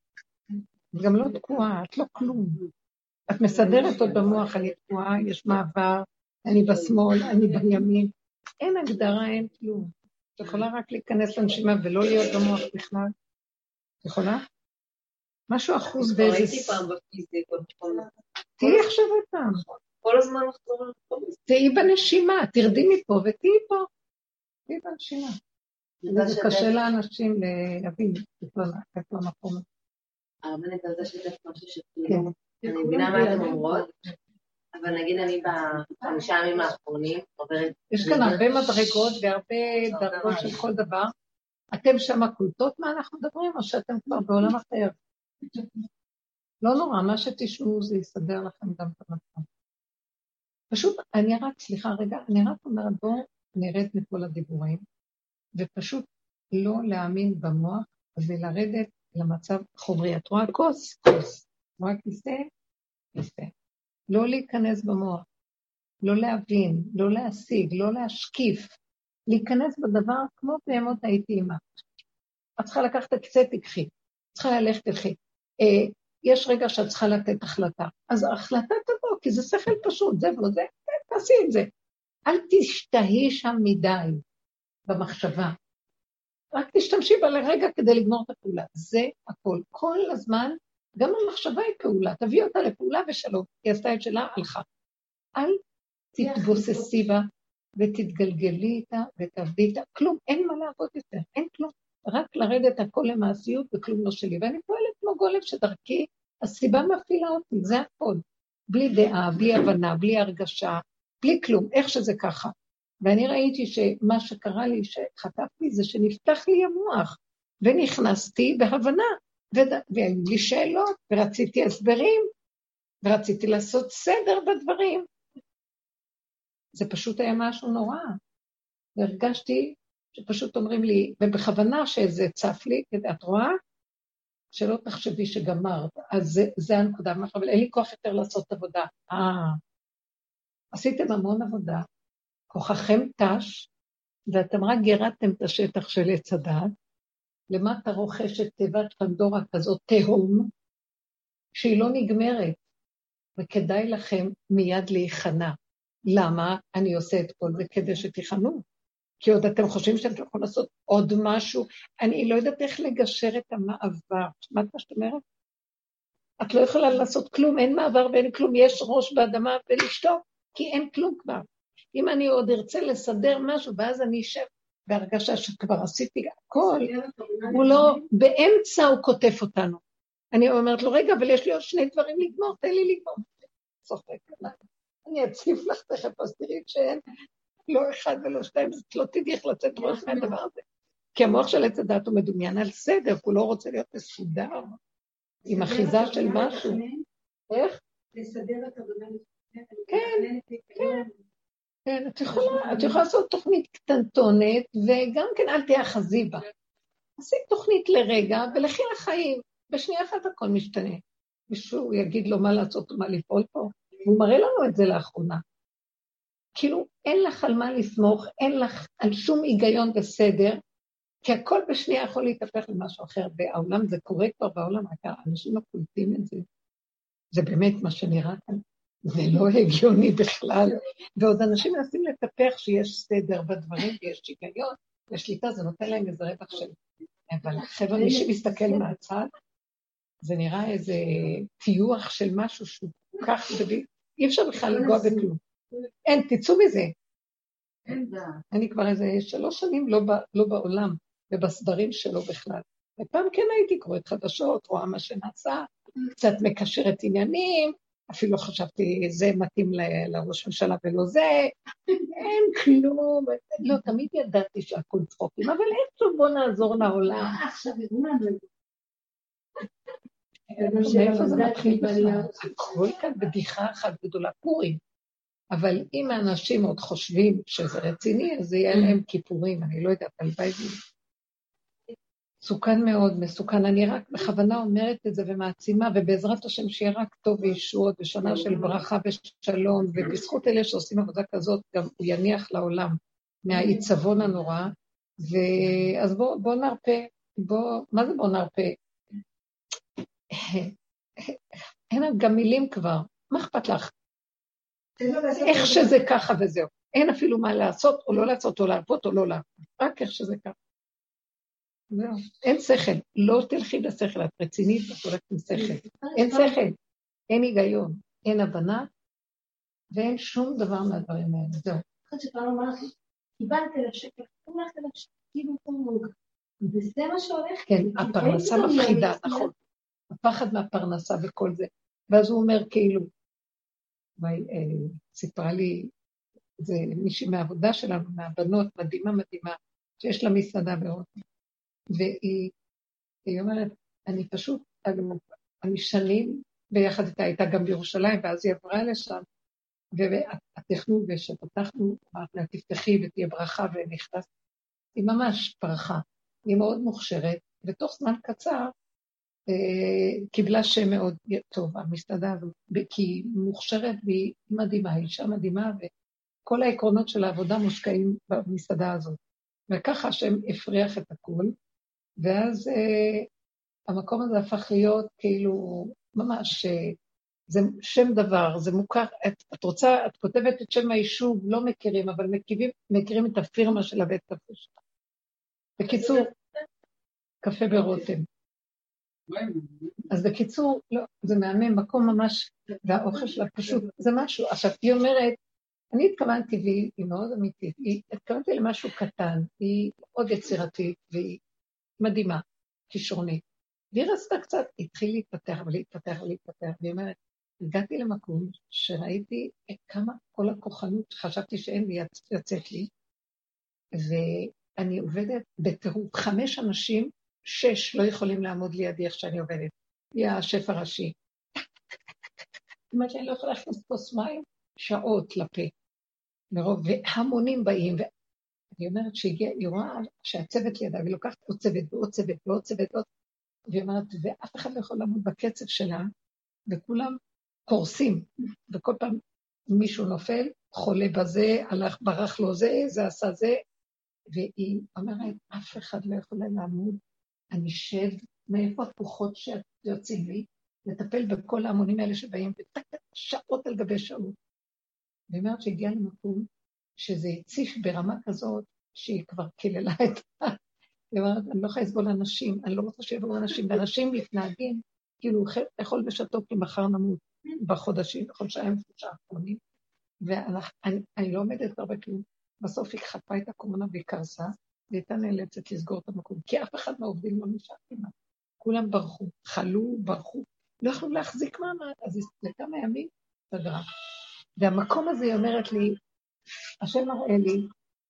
A: גם לא תקועה, את לא כלום. את מסדרת עוד במוח, אני תקועה, יש מעבר, אני בשמאל, אני בימין. אין הגדרה, אין כלום. את יכולה רק להיכנס לנשימה ולא להיות במוח בכלל. את יכולה? משהו אחוז באיזה...
B: ראיתי פעם בפיזיק.
A: תהי עכשיו אותם.
B: כל הזמן לחזור לחזור.
A: תהי בנשימה, תרדי מפה ותהי פה. תהי בנשימה. זה קשה לאנשים להבין איפה המקום.
F: הרבנית, על זה שתף משהו שכאילו, אני מבינה מה אתם אומרות, אבל נגיד אני ב5 ימים האחרונים עוברת...
A: יש כאן הרבה מדרגות והרבה דרגות של כל דבר. אתם שם קולטות מה אנחנו מדברים, או שאתם כבר בעולם אחר? לא נורא, מה שתשמעו זה יסדר לכם גם את המצב. פשוט, סליחה רגע, אני רק אומרת, בואו נרד מכל הדיבורים, ופשוט לא להאמין במוח, ולרדת למצב חומרי. את רואה כוס, רואה כיסא. לא להיכנס במוח, לא להבין, לא להשיג, לא להשקיף, להיכנס בדבר כמו בהמות הייתי אימא. את צריכה לקחת את הכיסא, תקחי. צריכה ללכת תלכי. יש רגע שאת צריכה לתת החלטה. אז ההחלטה תבוא, כי זה שכל פשוט, זה ולא זה, תעשי את זה. אל תשתהי שם מדי במחשבה. רק תשתמשי בה לרגע כדי לגמור את הפעולה. זה הכל. כל הזמן, גם המחשבה היא פעולה. תביא אותה לפעולה ושלום. היא עשתה את שלה, הלכה. אל תתבוססי בה ותתגלגלי איתה ותעבדי איתה. כלום, אין מה לעבוד יותר, אין כלום. רק לרדת הכל למעשיות וכלום לא שלי. ואני פועלת כמו גולם שדרכי, הסיבה מפעילה אותי, זה הכל. בלי דעה, בלי הבנה, בלי הרגשה, בלי כלום, איך שזה ככה. ואני ראיתי שמה שקרה לי, שחטפתי, זה שנפתח לי המוח, ונכנסתי בהבנה, והיו לי שאלות, ורציתי הסברים, ורציתי לעשות סדר בדברים. זה פשוט היה משהו נורא. והרגשתי שפשוט אומרים לי, ובכוונה שזה צף לי, את רואה? שלא תחשבי שגמרת. אז זה הנקודה, אבל אין לי כוח יותר לעשות עבודה. עשיתם המון עבודה, כוחכם תש, ואתם רק גירדתם את השטח של עץ הדעת, למטה רוכשת תיבת פנדורה כזאת תהום, שהיא לא נגמרת, וכדאי לכם מיד להיכנע. למה אני עושה את כל זה כדי שתיכנו? כי עוד אתם חושבים שאתם יכולים לעשות עוד משהו, אני לא יודעת איך לגשר את המעבר. שמעת מה שאת אומרת? את לא יכולה לעשות כלום, אין מעבר ואין כלום, יש ראש באדמה ולשתוק, כי אין כלום כבר. אם אני עוד ארצה לסדר משהו, ואז אני אשב בהרגשה שכבר עשיתי הכל, הוא לא, באמצע הוא כותף אותנו. אני אומרת לו, רגע, אבל יש לי עוד 2 דברים לגמור, תן לי לגמור. צוחק, אני אציף לך תכף, אז תראי שאין לא 1 ולא 2, אז לא תדעי איך לצאת ראש מהדבר הזה. כי המוח של עץ הדת הוא מדומיין על סדר, הוא לא רוצה להיות מסודר, עם אחיזה של משהו. איך?
D: לסדר את עבודה.
A: כן, כן. כן, את יכולה לעשות תוכנית קטנטונת, וגם כן אל תאחזי בה. עשי תוכנית לרגע, ולכי לחיים. בשנייה אחת הכל משתנה. מישהו יגיד לו מה לעשות ומה לפעול פה, והוא מראה לנו את זה לאחרונה. כאילו, אין לך על מה לסמוך, אין לך על שום היגיון וסדר, כי הכל בשנייה יכול להתהפך למשהו אחר. בעולם זה קורה כבר בעולם, אנשים לא קולטים את זה. זה באמת מה שנראה כאן. זה לא הגיוני בכלל, ועוד אנשים מנסים לטפח שיש סדר בדברים ויש היגיון, בשליטה זה נותן להם איזה רווח של... אבל חבר'ה, מי שמסתכל מהצד, זה נראה איזה טיוח של משהו שהוא כך גדול, אי אפשר בכלל לגוע בכלום. אין, תצאו מזה. אני כבר איזה 3 שנים לא בעולם, ובסדרים שלו בכלל. ופעם כן הייתי קוראת חדשות, רואה מה שנעשה, קצת מקשרת עניינים, אפילו חשבתי, זה מתאים לראש ממשלה ולא זה, אין כלום, לא, תמיד ידעתי שהכל צחוקים, אבל איפה בוא נעזור לעולם.
D: עכשיו יראו לנו את זה.
A: מאיפה זה מתחיל בכלל? הכל כאן בדיחה אחת גדולה, פורים. אבל אם האנשים עוד חושבים שזה רציני, אז יהיה להם כיפורים, אני לא יודעת, הלוואי זה מסוכן מאוד, מסוכן. אני רק בכוונה אומרת את זה ומעצימה, ובעזרת השם שיהיה רק טוב וישועות, ושנה של ברכה ושלום, ובזכות אלה שעושים עבודה כזאת, גם הוא יניח לעולם מהעיצבון הנורא, אז בוא נרפה, מה זה בוא נרפה? אין גם מילים כבר, מה אכפת לך? איך שזה ככה וזהו. אין אפילו מה לעשות או לא לעשות, או להרפות או לא להרפות. רק איך שזה ככה. זהו. אין שכל. לא תלכי בשכל, את רצינית, את הולכת עם שכל. אין שכל. אין היגיון. אין הבנה, ואין שום דבר מהדברים האלה. זהו.
D: אחת שפעם אמרתי, קיבלת 1,000 שקל, הולכת 1,000 שקל, כאילו תמוג. וזה מה שהולך.
A: כן, הפרנסה מפחידה, נכון. הפחד מהפרנסה וכל זה. ואז הוא אומר כאילו, סיפרה לי, זה מישהי מהעבודה שלנו, מהבנות, מדהימה, שיש לה מסעדה באוטו. והיא אומרת, אני פשוט, אני שנים ביחד איתה, הייתה גם בירושלים, ואז היא עברה לשם, והתכנו ושפתחנו, אמרת לה, תפתחי ותהיה ברכה, ונכנס, היא ממש פרחה, היא מאוד מוכשרת, ותוך זמן קצר, קיבלה שם מאוד טוב, המסעדה הזאת, כי היא מוכשרת והיא מדהימה, היא אישה מדהימה, וכל העקרונות של העבודה מושקעים במסעדה הזאת. וככה השם הפריח את הכל, ואז המקום הזה הפך להיות כאילו, ממש, זה שם דבר, זה מוכר, את רוצה, את כותבת את שם היישוב, לא מכירים, אבל מכירים את הפירמה של הבית קפה שלה. בקיצור, קפה ברותם. אז בקיצור, לא, זה מהמם, מקום ממש, והאוכל שלה פשוט, זה משהו. עכשיו, היא אומרת, אני התכוונתי, והיא מאוד אמיתית, התכוונתי למשהו קטן, היא מאוד יצירתית, והיא מדהימה, כישרונית. והיא רצתה קצת, התחיל להתפתח ולהתפתח, והיא אומרת, הגעתי למקום שראיתי כמה כל הכוחנות, חשבתי שאין לי יצאת לי, ואני עובדת בטירוף, 5 אנשים, 6 לא יכולים לעמוד לידי איך שאני עובדת. היא השף הראשי. זאת אומרת שאני לא יכולה להכניס כוס מים, שעות לפה. מרוב, והמונים באים, ואני אומרת שהיא רואה שהצוות לידה, והיא לוקחת עוד צוות ועוד צוות ועוד צוות, והיא אומרת, ואף אחד לא יכול לעמוד בקצב שלה, וכולם קורסים, וכל פעם מישהו נופל, חולה בזה, הלך, ברח לו זה עשה זה, והיא אומרת, אף אחד לא יכול לעמוד, אני שב, מאיפה הכוחות שיוצאים לי, לטפל בכל ההמונים האלה שבאים, ותקת שעות על גבי שעות. והיא אומרת שהגיעה למקום, שזה הציף ברמה כזאת, שהיא כבר כללה את ה... היא אומרת, אני לא יכולה לסבול אנשים, אני לא רוצה שיבואו אנשים, ואנשים מתנהגים, כאילו, יכול בשעתו כי מחר נמות בחודשיים 3 האחרונים, ואני לא עומדת הרבה כלום. בסוף היא חטפה את הקומונה והיא קרסה, והייתה נאלצת לסגור את המקום, כי אף אחד מהעובדים לא נשאר כמעט. כולם ברחו, חלו, ברחו, לא יכלו להחזיק מעמד, אז לכמה ימים סגרה. והמקום הזה היא אומרת לי, השם מראה לי,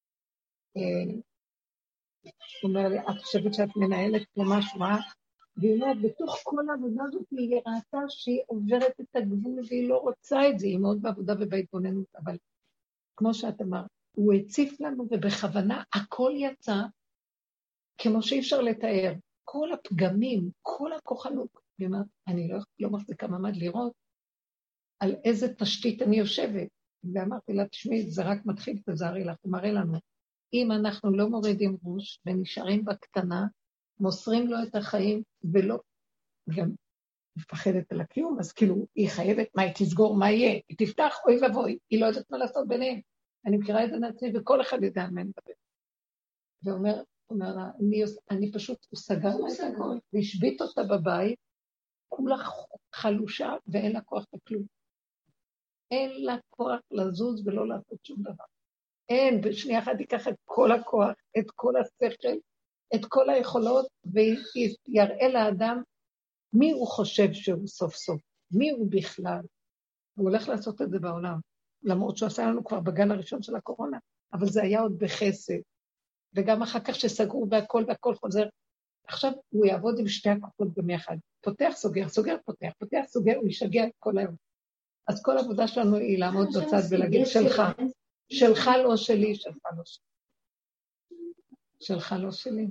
A: הוא אומר לי, את חושבת שאת מנהלת כמו משהו, והיא אומרת, בתוך כל העבודה הזאת היא ראתה שהיא עוברת את הגבול והיא לא רוצה את זה, היא מאוד בעבודה ובהתבוננות, אבל כמו שאת אמרת, הוא הציף לנו ובכוונה הכל יצא כמו שאי אפשר לתאר. כל הפגמים, כל הכוחנות, אני לא מחזיקה מעמד לראות על איזה תשתית אני יושבת. ואמרתי לה, תשמעי, זה רק מתחיל, תזהרי לך, תמראה לנו. אם אנחנו לא מורידים ראש ונשארים בקטנה, מוסרים לו את החיים ולא, גם מפחדת על הקיום, אז כאילו היא חייבת, מה היא תסגור, מה יהיה? היא תפתח, אוי ובוי, היא לא יודעת מה לעשות ביניהם. אני מכירה את זה מעצמי, וכל אחד יודע על מה אני מדבר. ואומר לה, אני פשוט, הוא סגר לה את הכל, והשבית אותה בבית, כולה חלושה ואין לה כוח לכלום. אין לה כוח לזוז ולא לעשות שום דבר. אין, בשנייה אחת ייקח את כל הכוח, את כל השכל, את כל היכולות, ויראה לאדם מי הוא חושב שהוא סוף סוף, מי הוא בכלל. הוא הולך לעשות את זה בעולם, למרות שהוא עשה לנו כבר בגל הראשון של הקורונה, אבל זה היה עוד בחסד. וגם אחר כך שסגרו והכל חוזר, עכשיו הוא יעבוד עם שתי הכוחות גם יחד. פותח, סוגר, סוגר, פותח, פותח, סוגר, הוא ישגע כל היום. אז כל העבודה שלנו היא לעמוד בצד ולהגיד שלך. שלך לא שלי, שלך לא שלי. שלך לא שלי.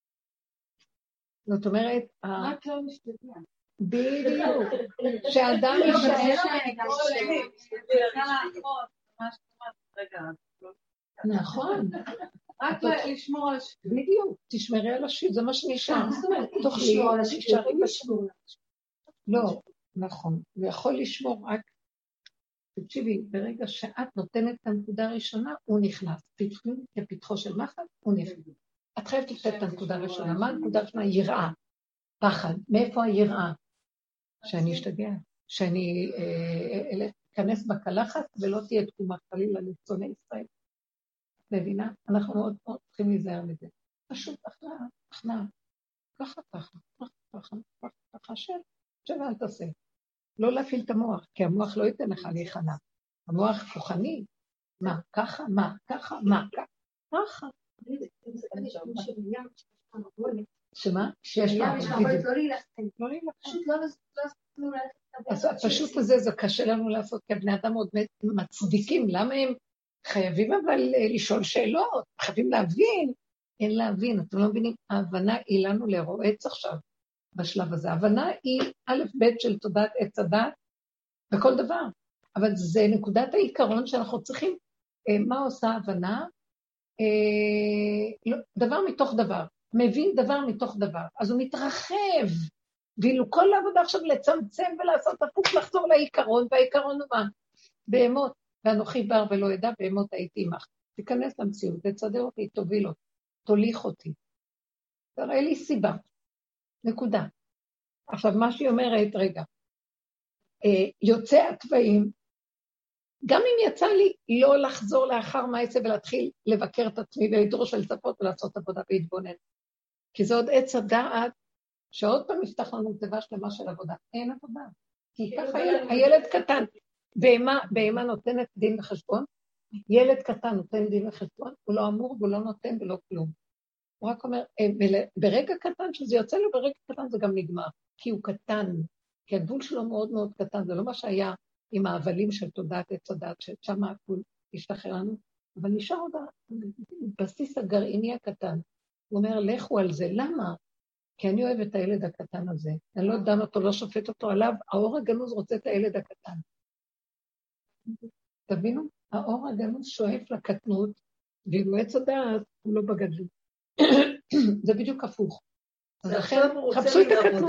A: זאת אומרת,
C: רק לא משתגע.
A: בדיוק, שאדם יישאר... נכון.
C: רק לשמור על השם.
A: בדיוק, תשמרי על השם, זה מה שנשאר. תוכלי, תשארי לשמור. לא, נכון, הוא יכול לשמור רק... תקשיבי, ברגע שאת נותנת את הנקודה הראשונה, הוא נכנס. תתחיל כפתחו של מחל, הוא נכנס. את חייבת לתת את הנקודה הראשונה. מה הנקודה הראשונה? יראה, פחד. מאיפה היראה? שאני אשתגע, שאני אכנס בקלחת ולא תהיה תקומה חלילה לשונאי ישראל. מבינה? אנחנו מאוד מאוד צריכים להיזהר מזה. פשוט הכנעה. ככה, שאל תעשה. לא להפעיל את המוח, כי המוח לא ייתן לך להיכנע. המוח כוחני. מה? ככה? מה? ככה? מה? ככה? שמה? שיש פעם. לא להילחם. אז הפשוט הזה, זה קשה לנו לעשות, כי הבני אדם עוד מצדיקים. למה הם חייבים אבל לשאול שאלות? חייבים להבין. אין להבין, אתם לא מבינים. ההבנה היא לנו לרועץ עכשיו. בשלב הזה. ההבנה היא א' ב' של תודעת עץ הדת בכל דבר. אבל זה נקודת העיקרון שאנחנו צריכים. מה עושה ההבנה? דבר מתוך דבר. מבין דבר מתוך דבר. אז הוא מתרחב. ואילו כל העבודה עכשיו לצמצם ולעשות הפוך לחזור לעיקרון, והעיקרון הוא מה? בהמות. ואנוכי בר ולא ידע, בהמות הייתי עמך. תיכנס למציאות, תצדר אותי, תוביל אותי, תוליך אותי. תראה לי סיבה. נקודה. עכשיו, מה שהיא אומרת, רגע, יוצא התוואים, גם אם יצא לי לא לחזור לאחר מעשה ולהתחיל לבקר את עצמי ולדרוש ולצפות ולעשות עבודה והתבונן. כי זה עוד עץ הדעת, שעוד פעם יפתח לנו תיבה שלמה של עבודה. אין עבודה. כי ככה הילד קטן, בהמה נותנת דין וחשבון, ילד קטן נותן דין וחשבון, הוא לא אמור והוא לא נותן ולא כלום. הוא רק אומר, ברגע קטן שזה יוצא לו, ברגע קטן זה גם נגמר, כי הוא קטן, כי הגבול שלו מאוד מאוד קטן, זה לא מה שהיה עם ההבלים של תודעת עץ הדת, ששם הכול ישתחרר לנו, אבל נשאר עוד בסיס הגרעיני הקטן. הוא אומר, לכו על זה, למה? כי אני אוהב את הילד הקטן הזה, אני לא דן אותו, לא שופט אותו עליו, האור הגנוז רוצה את הילד הקטן. תבינו? האור הגנוז שואף לקטנות, ואילו עץ הדעת הוא לא בגדלות. זה בדיוק הפוך. אז לכן, חפשו את הקטנות.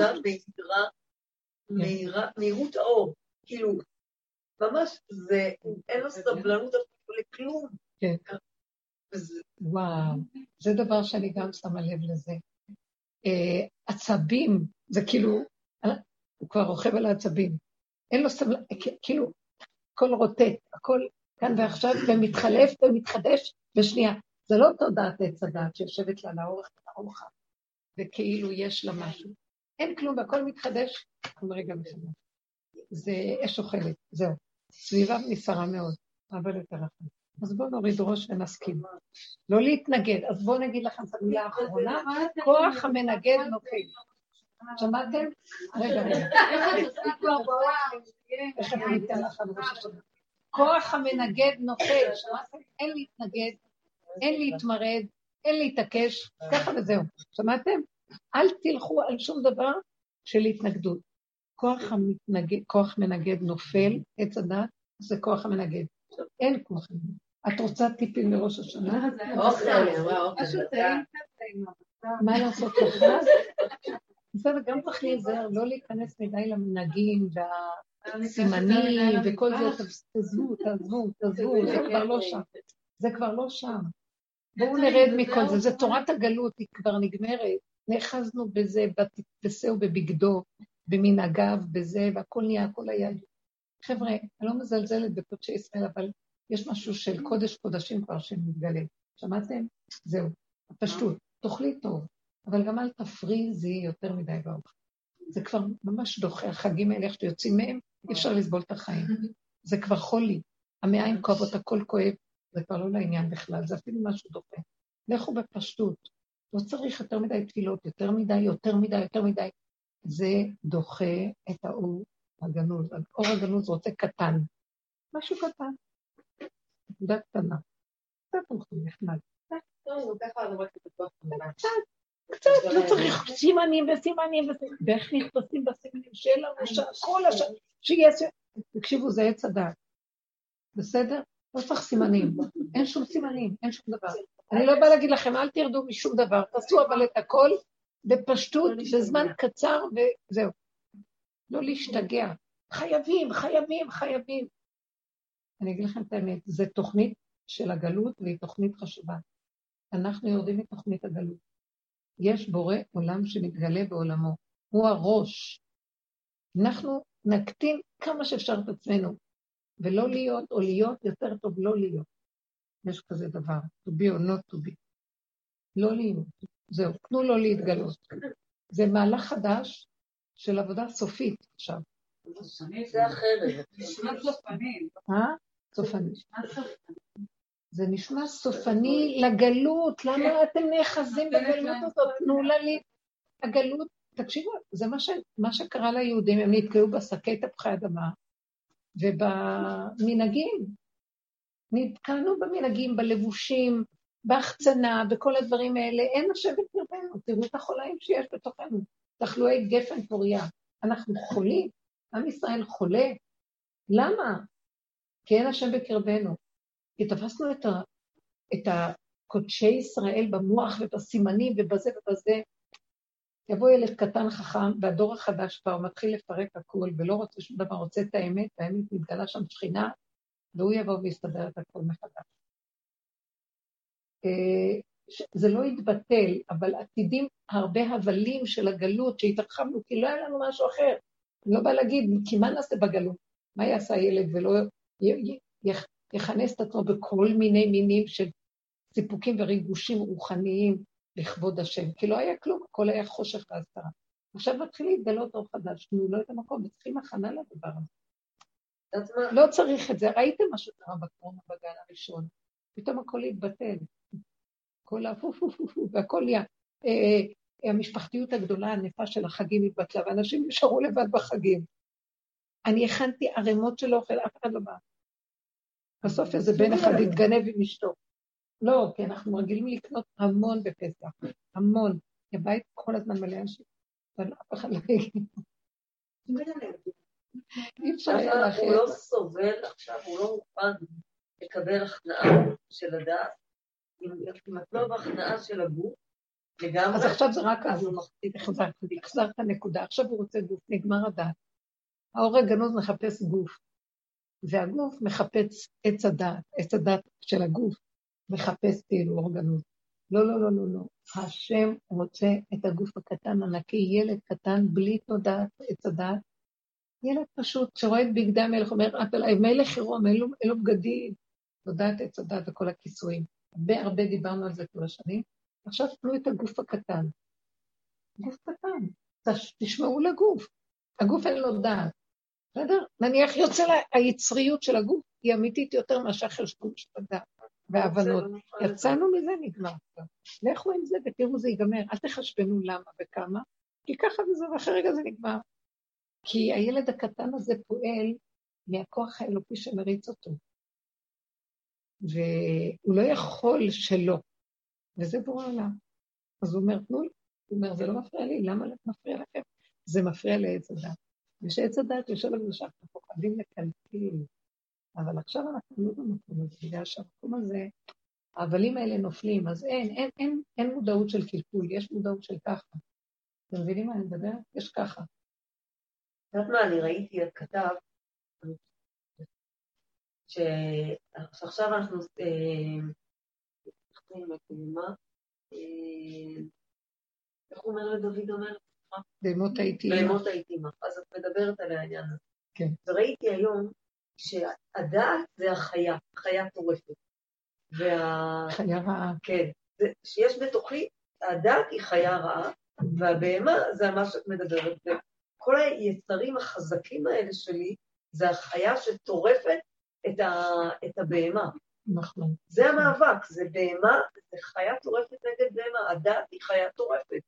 B: מהירות האור, כאילו, ממש, אין לו סבלנות לכלום.
A: כן. וואו, זה דבר שאני גם שמה לב לזה. עצבים, זה כאילו, הוא כבר רוכב על העצבים. אין לו סבלנות, כאילו, הכל רוטט, הכל כאן ועכשיו, ומתחלף ומתחדש בשנייה. זה לא תודעת עץ הדעת שיושבת לה לאורך ולארוחה, וכאילו יש לה משהו. אין כלום, והכל מתחדש, רגע מחדש. זה אש אוכלת, זהו. סביבה נסערה מאוד, אבל יותר רחב. אז בואו נוריד ראש ונסכים. לא להתנגד, אז בואו נגיד לכם את המילה האחרונה, כוח המנגד נופל. שמעתם? רגע. איך אני אתן לכם ראש השנה? כוח המנגד נופל, שמעתם? אין להתנגד. אין להתמרד, אין להתעקש, ככה וזהו. שמעתם? אל תלכו על שום דבר של התנגדות. כוח מנגד נופל, עץ הדת, זה כוח המנגד. אין כוח מנגד. את רוצה טיפים לראש השנה? מה לעשות לך? בסדר, גם צריך להיזהר, לא להיכנס מדי למנהגים והסימנים וכל זה, תעזבו, זה כבר לא שם. זה כבר לא שם. בואו נרד מכל זה, זה תורת הגלות, היא כבר נגמרת. נאחזנו בזה, בתפסהו בבגדו, במנהגיו, בזה, והכל נהיה, הכל היה. חבר'ה, אני לא מזלזלת בקודשי ישראל, אבל יש משהו של קודש קודשים כבר שמתגלה. שמעתם? זהו, הפשטות. תאכלי טוב, אבל גם אל תפריזי יותר מדי באוכל. זה כבר ממש דוחה, החגים האלה, איך שיוצאים מהם, אי אפשר לסבול את החיים. זה כבר חולי. המעיים כואבות, הכל כואב, זה כבר לא לעניין בכלל, זה אפילו משהו דוחה. לכו בפשטות. לא צריך יותר מדי תפילות, יותר מדי. זה דוחה את האור הגנוז. האור הגנוז רוצה קטן. משהו קטן. נקודה קטנה. קצת הולכים נחמד. קצת, לא צריך סימנים, ואיך נכנסים בסימנים של הראש, כל השם, שיהיה סימנים. תקשיבו, זה עץ הדעת. בסדר? לא צריך סימנים. אין שום סימנים, אין שום דבר. אני לא באה להגיד לכם, אל תרדו משום דבר, תעשו אבל את הכל בפשטות, בזמן קצר, וזהו. לא להשתגע. חייבים. אני אגיד לכם את האמת, זו תוכנית של הגלות, והיא תוכנית חשובה. אנחנו יורדים מתוכנית הגלות. יש בורא עולם שמתגלה בעולמו. הוא הראש. אנחנו נקטין כמה שאפשר את עצמנו, ולא להיות, או להיות יותר טוב לא להיות. יש כזה דבר, to be or not to be. לא להיות. זהו, תנו לו להתגלות. זה מהלך חדש של עבודה סופית עכשיו.
B: זה אחרת.
C: נשמע סופני.
A: סופני. זה נשמע סופני לגלות. למה אתם נאחזים בגלות הזאת? תנו לה לי. הגלות, תקשיבו, זה מה שקרה ליהודים, הם נתקעו בשקי תפוחי אדמה, ובמנהגים. נתקענו במנהגים, בלבושים, בהחצנה, בכל הדברים האלה. אין השם בקרבנו. תראו את החולאים שיש בתוכנו. תחלואי גפן פוריה. אנחנו חולים. עם ישראל חולה. למה? כי אין השם בקרבנו. כי תפסנו את הקודשי ישראל במוח ובסימנים ובזה ובזה. יבוא ילד קטן חכם, והדור החדש כבר מתחיל לפרק הכל, ולא רוצה שום דבר, רוצה את האמת, והאמת מתגלה שם שכינה, והוא יבוא ויסתדר את הכל מחדש. זה לא יתבטל, אבל עתידים הרבה הבלים של הגלות שהתרחבנו, כי לא היה לנו משהו אחר. אני לא באה להגיד, כי מה נעשה בגלות? מה יעשה הילד ולא יכנס את עצמו בכל מיני מינים של סיפוקים וריגושים רוחניים לכבוד השם, כי לא היה כלום, הכל היה חושך והסתרה. עכשיו מתחיל להתגלות אור חדש, תנו לו את המקום, וצריכים הכנה לדבר הזה. לא צריך את זה, ראיתם מה שקרה בקורונה בגל הראשון, פתאום הכל התבטל, כל הפופופופו, והכל היה, המשפחתיות הגדולה, הנפה של החגים התבטלה, ואנשים נשארו לבד בחגים. אני הכנתי ערימות של אוכל, אף אחד לא בא. בסוף איזה בן אחד התגנב עם אשתו. לא, כי אנחנו רגילים לקנות המון בפסח, המון. הבית כל הזמן מלא אנשים, אבל אף אחד לא יגיד. אי אפשר היה להכיר.
B: הוא לא סובל עכשיו, הוא לא מוכן לקבל הכנעה של הדעת, אם את לא בהכנעה של הגוף, לגמרי.
A: אז עכשיו זה רק אז הוא החזר את הנקודה, עכשיו הוא רוצה גוף, נגמר הדעת. האור הגנוז מחפש גוף, והגוף מחפש עץ הדעת של הגוף, מחפש כאילו אור גנוז. לא, לא, לא, לא, לא. השם רוצה את הגוף הקטן, הנקי, ילד קטן, בלי תודעת עץ הדעת. ילד פשוט שרואה את בגדי המלך, אומר, את עליי מלך חירום, אין לו בגדים. תודעת עץ הדעת וכל הכיסויים. הרבה דיברנו על זה כל השנים. עכשיו תנו את הגוף הקטן. גוף קטן. תשמעו לגוף. הגוף אין לו דעת. בסדר? נניח יוצא לה, היצריות של הגוף היא אמיתית יותר מאשר חשבון של הדעת וההבנות. יצאנו מזה, נגמר. לכו עם זה ותראו זה ייגמר. אל תחשבנו למה וכמה, כי ככה וזה, ואחרי רגע זה נגמר. כי הילד הקטן הזה פועל מהכוח האלוקי שמריץ אותו. והוא לא יכול שלא. וזה בורא עולם. אז הוא אומר, תנו לי. הוא אומר, זה לא מפריע לי, למה מפריע לכם? זה מפריע לעץ הדעת. ושעץ הדעת יושב על זה שאנחנו פוחדים לקלקל. אבל עכשיו אנחנו לא במקום הזה, בגלל שהמקום הזה, ההבלים האלה נופלים, אז אין מודעות של קלקול, יש מודעות של ככה. אתם מבינים מה אני מדבר? יש ככה.
B: יודעת מה, אני ראיתי את כתב, שעכשיו אנחנו עם הבהמה, איך הוא אומר לדוד אומר?
A: בהמות הייתי אימא.
B: בהמות הייתי אימא. אז את מדברת על העניין הזה.
A: כן.
B: וראיתי היום שהדעת זה החיה, חיה טורפת.
A: חיה רעה.
B: כן. שיש בתוכי, הדעת היא חיה רעה, והבהמה זה מה שאת מדברת. וכל היצרים החזקים האלה שלי, זה החיה שטורפת את הבהמה.
A: נכון.
B: זה המאבק, זה בהמה, זה חיה טורפת נגד בהמה, הדעת היא חיה טורפת.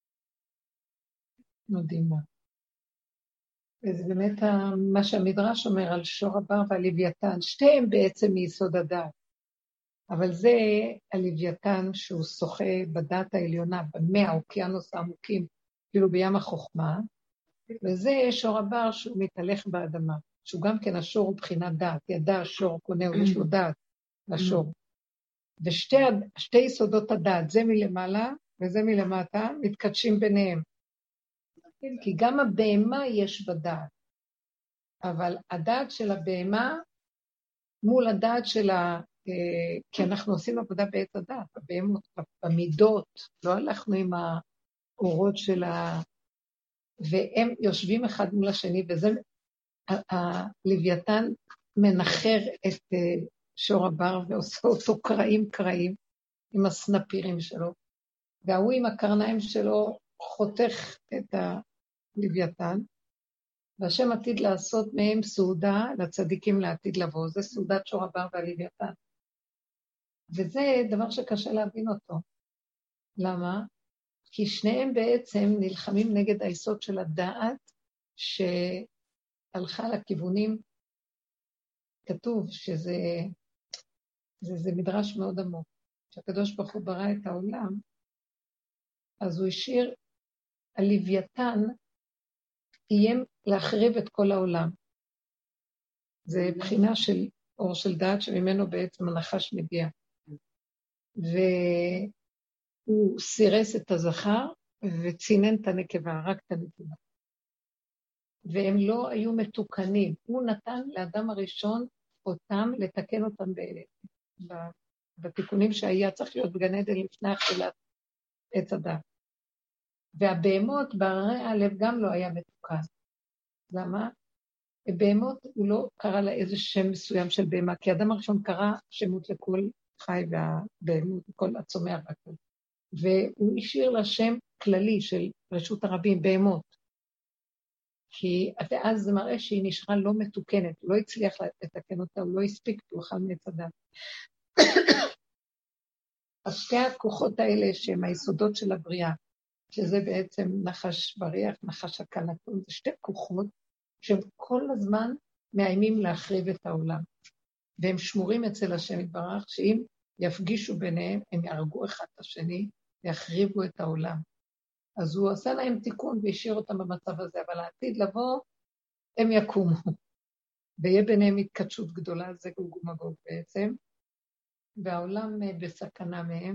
A: מדהימה. וזה באמת מה שהמדרש אומר על שור הבר והלוויתן, שתיהם בעצם מיסוד הדעת. אבל זה הלוויתן שהוא שוחה בדעת העליונה, במי האוקיינוס העמוקים, כאילו בים החוכמה, וזה שור הבר שהוא מתהלך באדמה, שהוא גם כן השור הוא בחינת דעת, ידע השור קונהו, יש לו דעת לשור. ושתי יסודות הדעת, זה מלמעלה וזה מלמטה, מתקדשים ביניהם. כי גם הבהמה יש בדעת, אבל הדעת של הבהמה מול הדעת של כי אנחנו עושים עבודה בעת הדעת, הבהמות, במידות, לא הלכנו עם האורות של והם יושבים אחד מול השני, וזה, הלוויתן מנחר את שור הבר ועושה אותו קרעים עם הסנפירים שלו, והוא עם הקרניים שלו חותך את הלוויתן, והשם עתיד לעשות מהם סעודה לצדיקים לעתיד לבוא, זה סעודת שור הבר והלוויתן. וזה דבר שקשה להבין אותו. למה? כי שניהם בעצם נלחמים נגד היסוד של הדעת, שהלכה לכיוונים, כתוב שזה זה מדרש מאוד עמוק. כשהקדוש ברוך הוא ברא את העולם, אז הוא השאיר, הלוויתן איים להחריב את כל העולם. זה בחינה של אור של דעת שממנו בעצם הנחש מגיע. והוא סירס את הזכר וצינן את הנקבה, רק את הנקבה. והם לא היו מתוקנים. הוא נתן לאדם הראשון אותם, לתקן אותם בתיקונים שהיה צריך להיות בגן עדן לפני אכילת עץ הדת. והבהמות בהררי הלב גם לא היה מתוקן. למה? בהמות הוא לא קרא לה איזה שם מסוים של בהמה, כי האדם הראשון קרא שמות לכל חי והבהמות, כל הצומח והכל. והוא השאיר לה שם כללי של רשות הרבים, בהמות. כי אז זה מראה שהיא נשארה לא מתוקנת, הוא לא הצליח לתקן אותה, הוא לא הספיק, הוא אכל מעץ הדת. אז שתי הכוחות האלה שהם היסודות של הבריאה, שזה בעצם נחש בריח, נחש הקלטון, זה שתי כוחות שהם כל הזמן מאיימים להחריב את העולם. והם שמורים אצל השם יתברך, שאם יפגישו ביניהם, הם יהרגו אחד את השני, ויחריבו את העולם. אז הוא עשה להם תיקון והשאיר אותם במצב הזה, אבל העתיד לבוא, הם יקומו. ויהיה ביניהם התקדשות גדולה, זה גוג ומגוג בעצם, והעולם בסכנה מהם.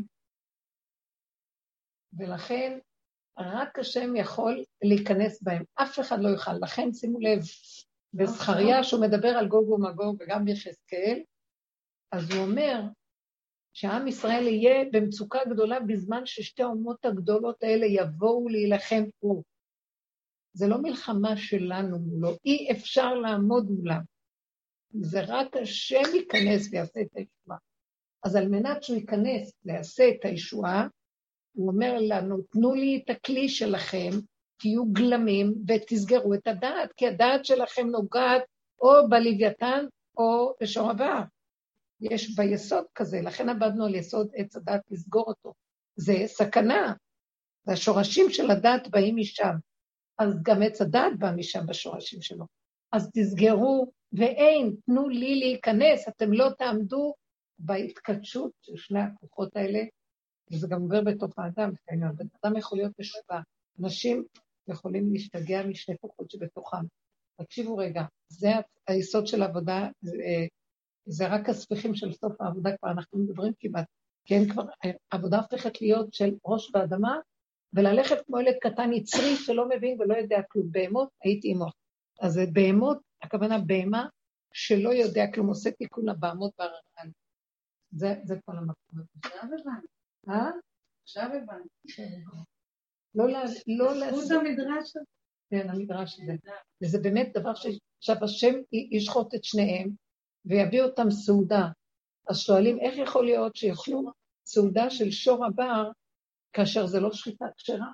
A: ולכן, רק השם יכול להיכנס בהם, אף אחד לא יוכל. לכן שימו לב, בזכריה שהוא מדבר על גוג ומגוג וגם ביחזקאל, אז הוא אומר שעם ישראל יהיה במצוקה גדולה בזמן ששתי האומות הגדולות האלה יבואו להילחם פה. זה לא מלחמה שלנו מולו, אי אפשר לעמוד מולם. זה רק השם ייכנס ויעשה את הישועה. אז על מנת שהוא ייכנס ויעשה את הישועה, הוא אומר לנו, תנו לי את הכלי שלכם, תהיו גלמים ותסגרו את הדעת, כי הדעת שלכם נוגעת או בלוויתן או בשור הבר. יש ביסוד כזה, לכן עבדנו על יסוד עץ הדעת לסגור אותו. זה סכנה, והשורשים של הדעת באים משם, אז גם עץ הדעת בא משם בשורשים שלו. אז תסגרו, ואין, תנו לי להיכנס, אתם לא תעמדו בהתקדשות של שני הכוחות האלה, וזה גם עובר בתוך האדם, אדם יכול להיות משוגע, אנשים יכולים להשתגע משני כוחות שבתוכם. תקשיבו רגע, זה היסוד של העבודה, זה רק הספיחים של סוף העבודה, כבר אנחנו מדברים כמעט, כי אין כבר, העבודה הופכת להיות של ראש באדמה, וללכת כמו ילד קטן יצרי שלא מבין ולא יודע כלום. בהמות, הייתי עמו. אז זה בהמות, הכוונה בהמה שלא יודע כלום, עושה תיקון לבהמות והרעל. זה כל המקום.
C: עכשיו הבנתי. עכשיו הבנתי.
A: לא
C: חוץ המדרש הזה.
A: כן, המדרש הזה. וזה באמת דבר עכשיו השם ישחוט את שניהם, ויביא אותם סעודה. אז שואלים, איך יכול להיות שיאכלו סעודה של שור הבר, כאשר זה לא שחיטה כשרה?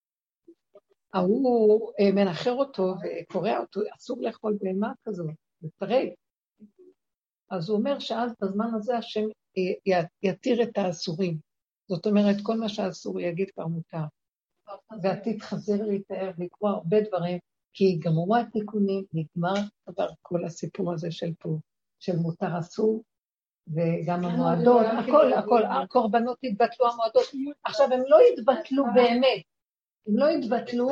A: הוא מנחר אותו וקורע אותו, אסור לאכול בהמה כזו, לפרק. אז הוא אומר שאז בזמן הזה השם יתיר את האסורים. זאת אומרת, כל מה שהאסור יגיד כבר מותר. ועתיד חזר להתאר, לקרוא הרבה דברים, כי גמרו התיקונים, נגמר כבר כל הסיפור הזה של פה, של מותר אסור, וגם המועדות, הכל, הקורבנות התבטלו, המועדות, עכשיו הם לא התבטלו באמת, הם לא התבטלו,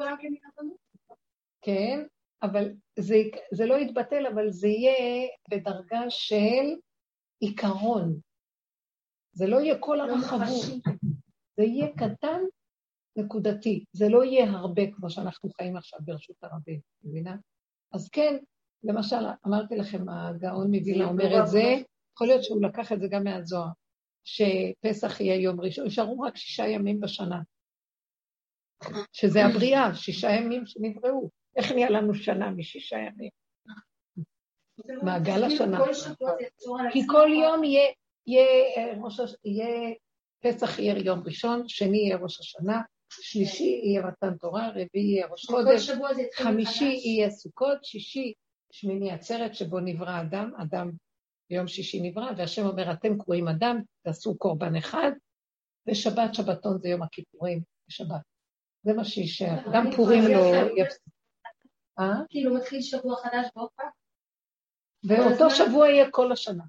A: כן, אבל זה לא יתבטל, אבל זה יהיה בדרגה של עיקרון, זה לא יהיה כל הרחבות, זה יהיה קטן, נקודתי, זה לא יהיה הרבה כמו שאנחנו חיים עכשיו ברשות הרבים, מבינה? אז כן, למשל, אמרתי לכם, הגאון מווילנה אומר את זה, יכול להיות שהוא לקח את זה גם מהזוהר, שפסח יהיה יום ראשון, יישארו רק 6 ימים בשנה, שזה הבריאה, 6 ימים שנבראו, איך נהיה לנו שנה מ6 ימים? מעגל השנה. כי כל יום יהיה, פסח יהיה יום ראשון, שני יהיה ראש השנה, שלישי יהיה מתן תורה, רביעי יהיה ראש חודש, חמישי יהיה סוכות, שישי שמיני עצרת שבו נברא אדם ביום שישי נברא, והשם אומר, אתם קרואים אדם, תעשו קורבן אחד, ושבת, שבתון זה יום הכיפורים, בשבת. זה מה שישאר, גם פורים לא יפסיק.
F: כאילו מתחיל שבוע חדש באופה?
A: ואותו שבוע יהיה כל השנה.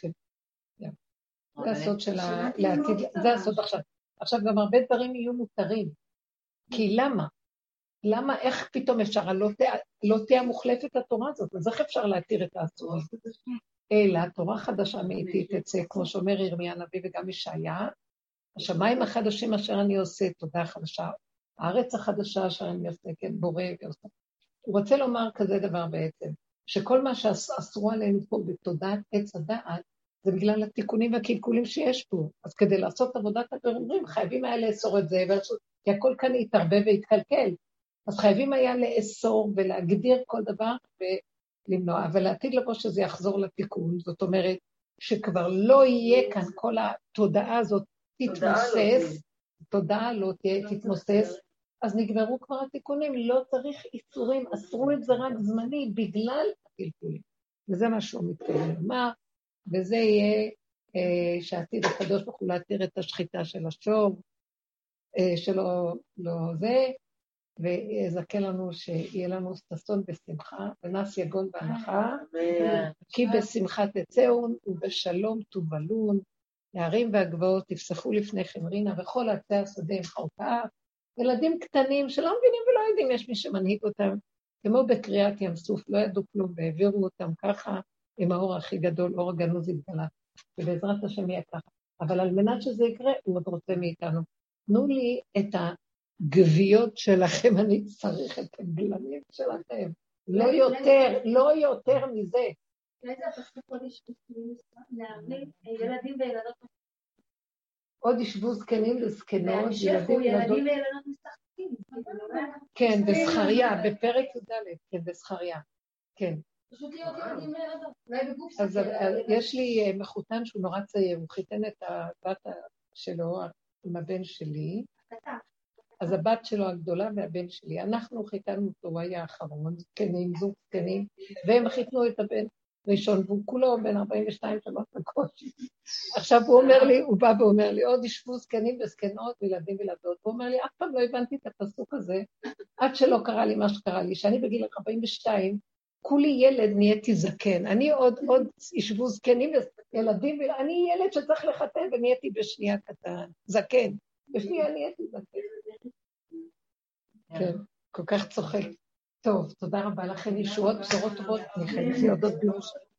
A: זה הסוד של לעתיד, זה הסוד עכשיו. עכשיו גם הרבה דברים יהיו מותרים. כי למה? למה, איך פתאום אפשר? לא תהיה מוחלפת התורה הזאת, אז איך אפשר להתיר את האסורים? אלא תורה חדשה מאיתי תצא, כמו שאומר ירמיה הנביא וגם ישעיה, השמיים החדשים אשר אני עושה, תודה חדשה, הארץ החדשה אשר אני עושה, כן, בורא ועושה. הוא רוצה לומר כזה דבר בעצם, שכל מה שאסרו עלינו פה בתודעת עץ הדעת, זה בגלל התיקונים והקלקולים שיש פה. אז כדי לעשות עבודת הבירורים, חייבים היה לאסור את זה, כי הכל כאן יתערבב והתקלקל. אז חייבים היה לאסור ולהגדיר כל דבר ולמנוע, אבל לעתיד לבוא שזה יחזור לתיקון, זאת אומרת שכבר לא יהיה כאן כל התודעה הזאת תתמוסס, תודעה לא תתמוסס, אז נגמרו כבר התיקונים, לא צריך איסורים, אסרו את זה רק זמני בגלל הקלקולים. וזה מה שהוא מתכוון לומר, וזה יהיה שעתיד הקדוש ברוך הוא להתיר את השחיטה של השור, שלא זה, ויזכה לנו שיהיה לנו ששון בשמחה, ונס יגון בהנחה, כי בשמחה תצאו ובשלום תובלון, הערים והגבעות תפסחו לפניכם רינה, וכל עצי השדה עם חרפה, ילדים קטנים שלא מבינים ולא יודעים, יש מי שמנהיג אותם, כמו בקריאת ים סוף, לא ידעו כלום, והעבירו אותם ככה, עם האור הכי גדול, אור הגנוז התגלה, ובעזרת השם יהיה ככה. אבל על מנת שזה יקרה, הוא עוד רוצה מאיתנו. תנו לי את הגוויות שלכם, אני צריך את הגלמים שלכם. לא יותר מזה.
F: לאיזה הפסוק עוד ישבו להאמין, ילדים וילדות
A: עוד ישבו זקנים וזקנות,
F: ילדים וילדות משחקים.
A: כן, בזכריה, בפרק י"ד, כן, בזכריה, כן.
F: פשוט להיות ילדים וילדות, אולי בגוף
A: אז יש לי מחותן שהוא נורא צעיר, הוא חיתן את הבת שלו עם הבן שלי, אז הבת שלו הגדולה והבן שלי, אנחנו חיתנו אותו, הוא היה האחרון, זקנים, זוג זקנים, והם חיתנו את הבן ראשון, והוא כולו בין 42 שנות בקושי. עכשיו הוא אומר לי, הוא בא ואומר לי, עוד ישבו זקנים וזקנות וילדים וילדות, הוא אומר לי, אף פעם לא הבנתי את הפסוק הזה, עד שלא קרה לי מה שקרה לי, שאני בגיל 42, כולי ילד נהייתי זקן, אני עוד ישבו זקנים וילדים, אני ילד שצריך לחתן ונהייתי בשנייה קטן, זקן, בשנייה נהייתי זקן. כן, כל כך צוחק. טוב, תודה רבה לכם, ישועות, בשורות טובות, אני חייבת להודות ביום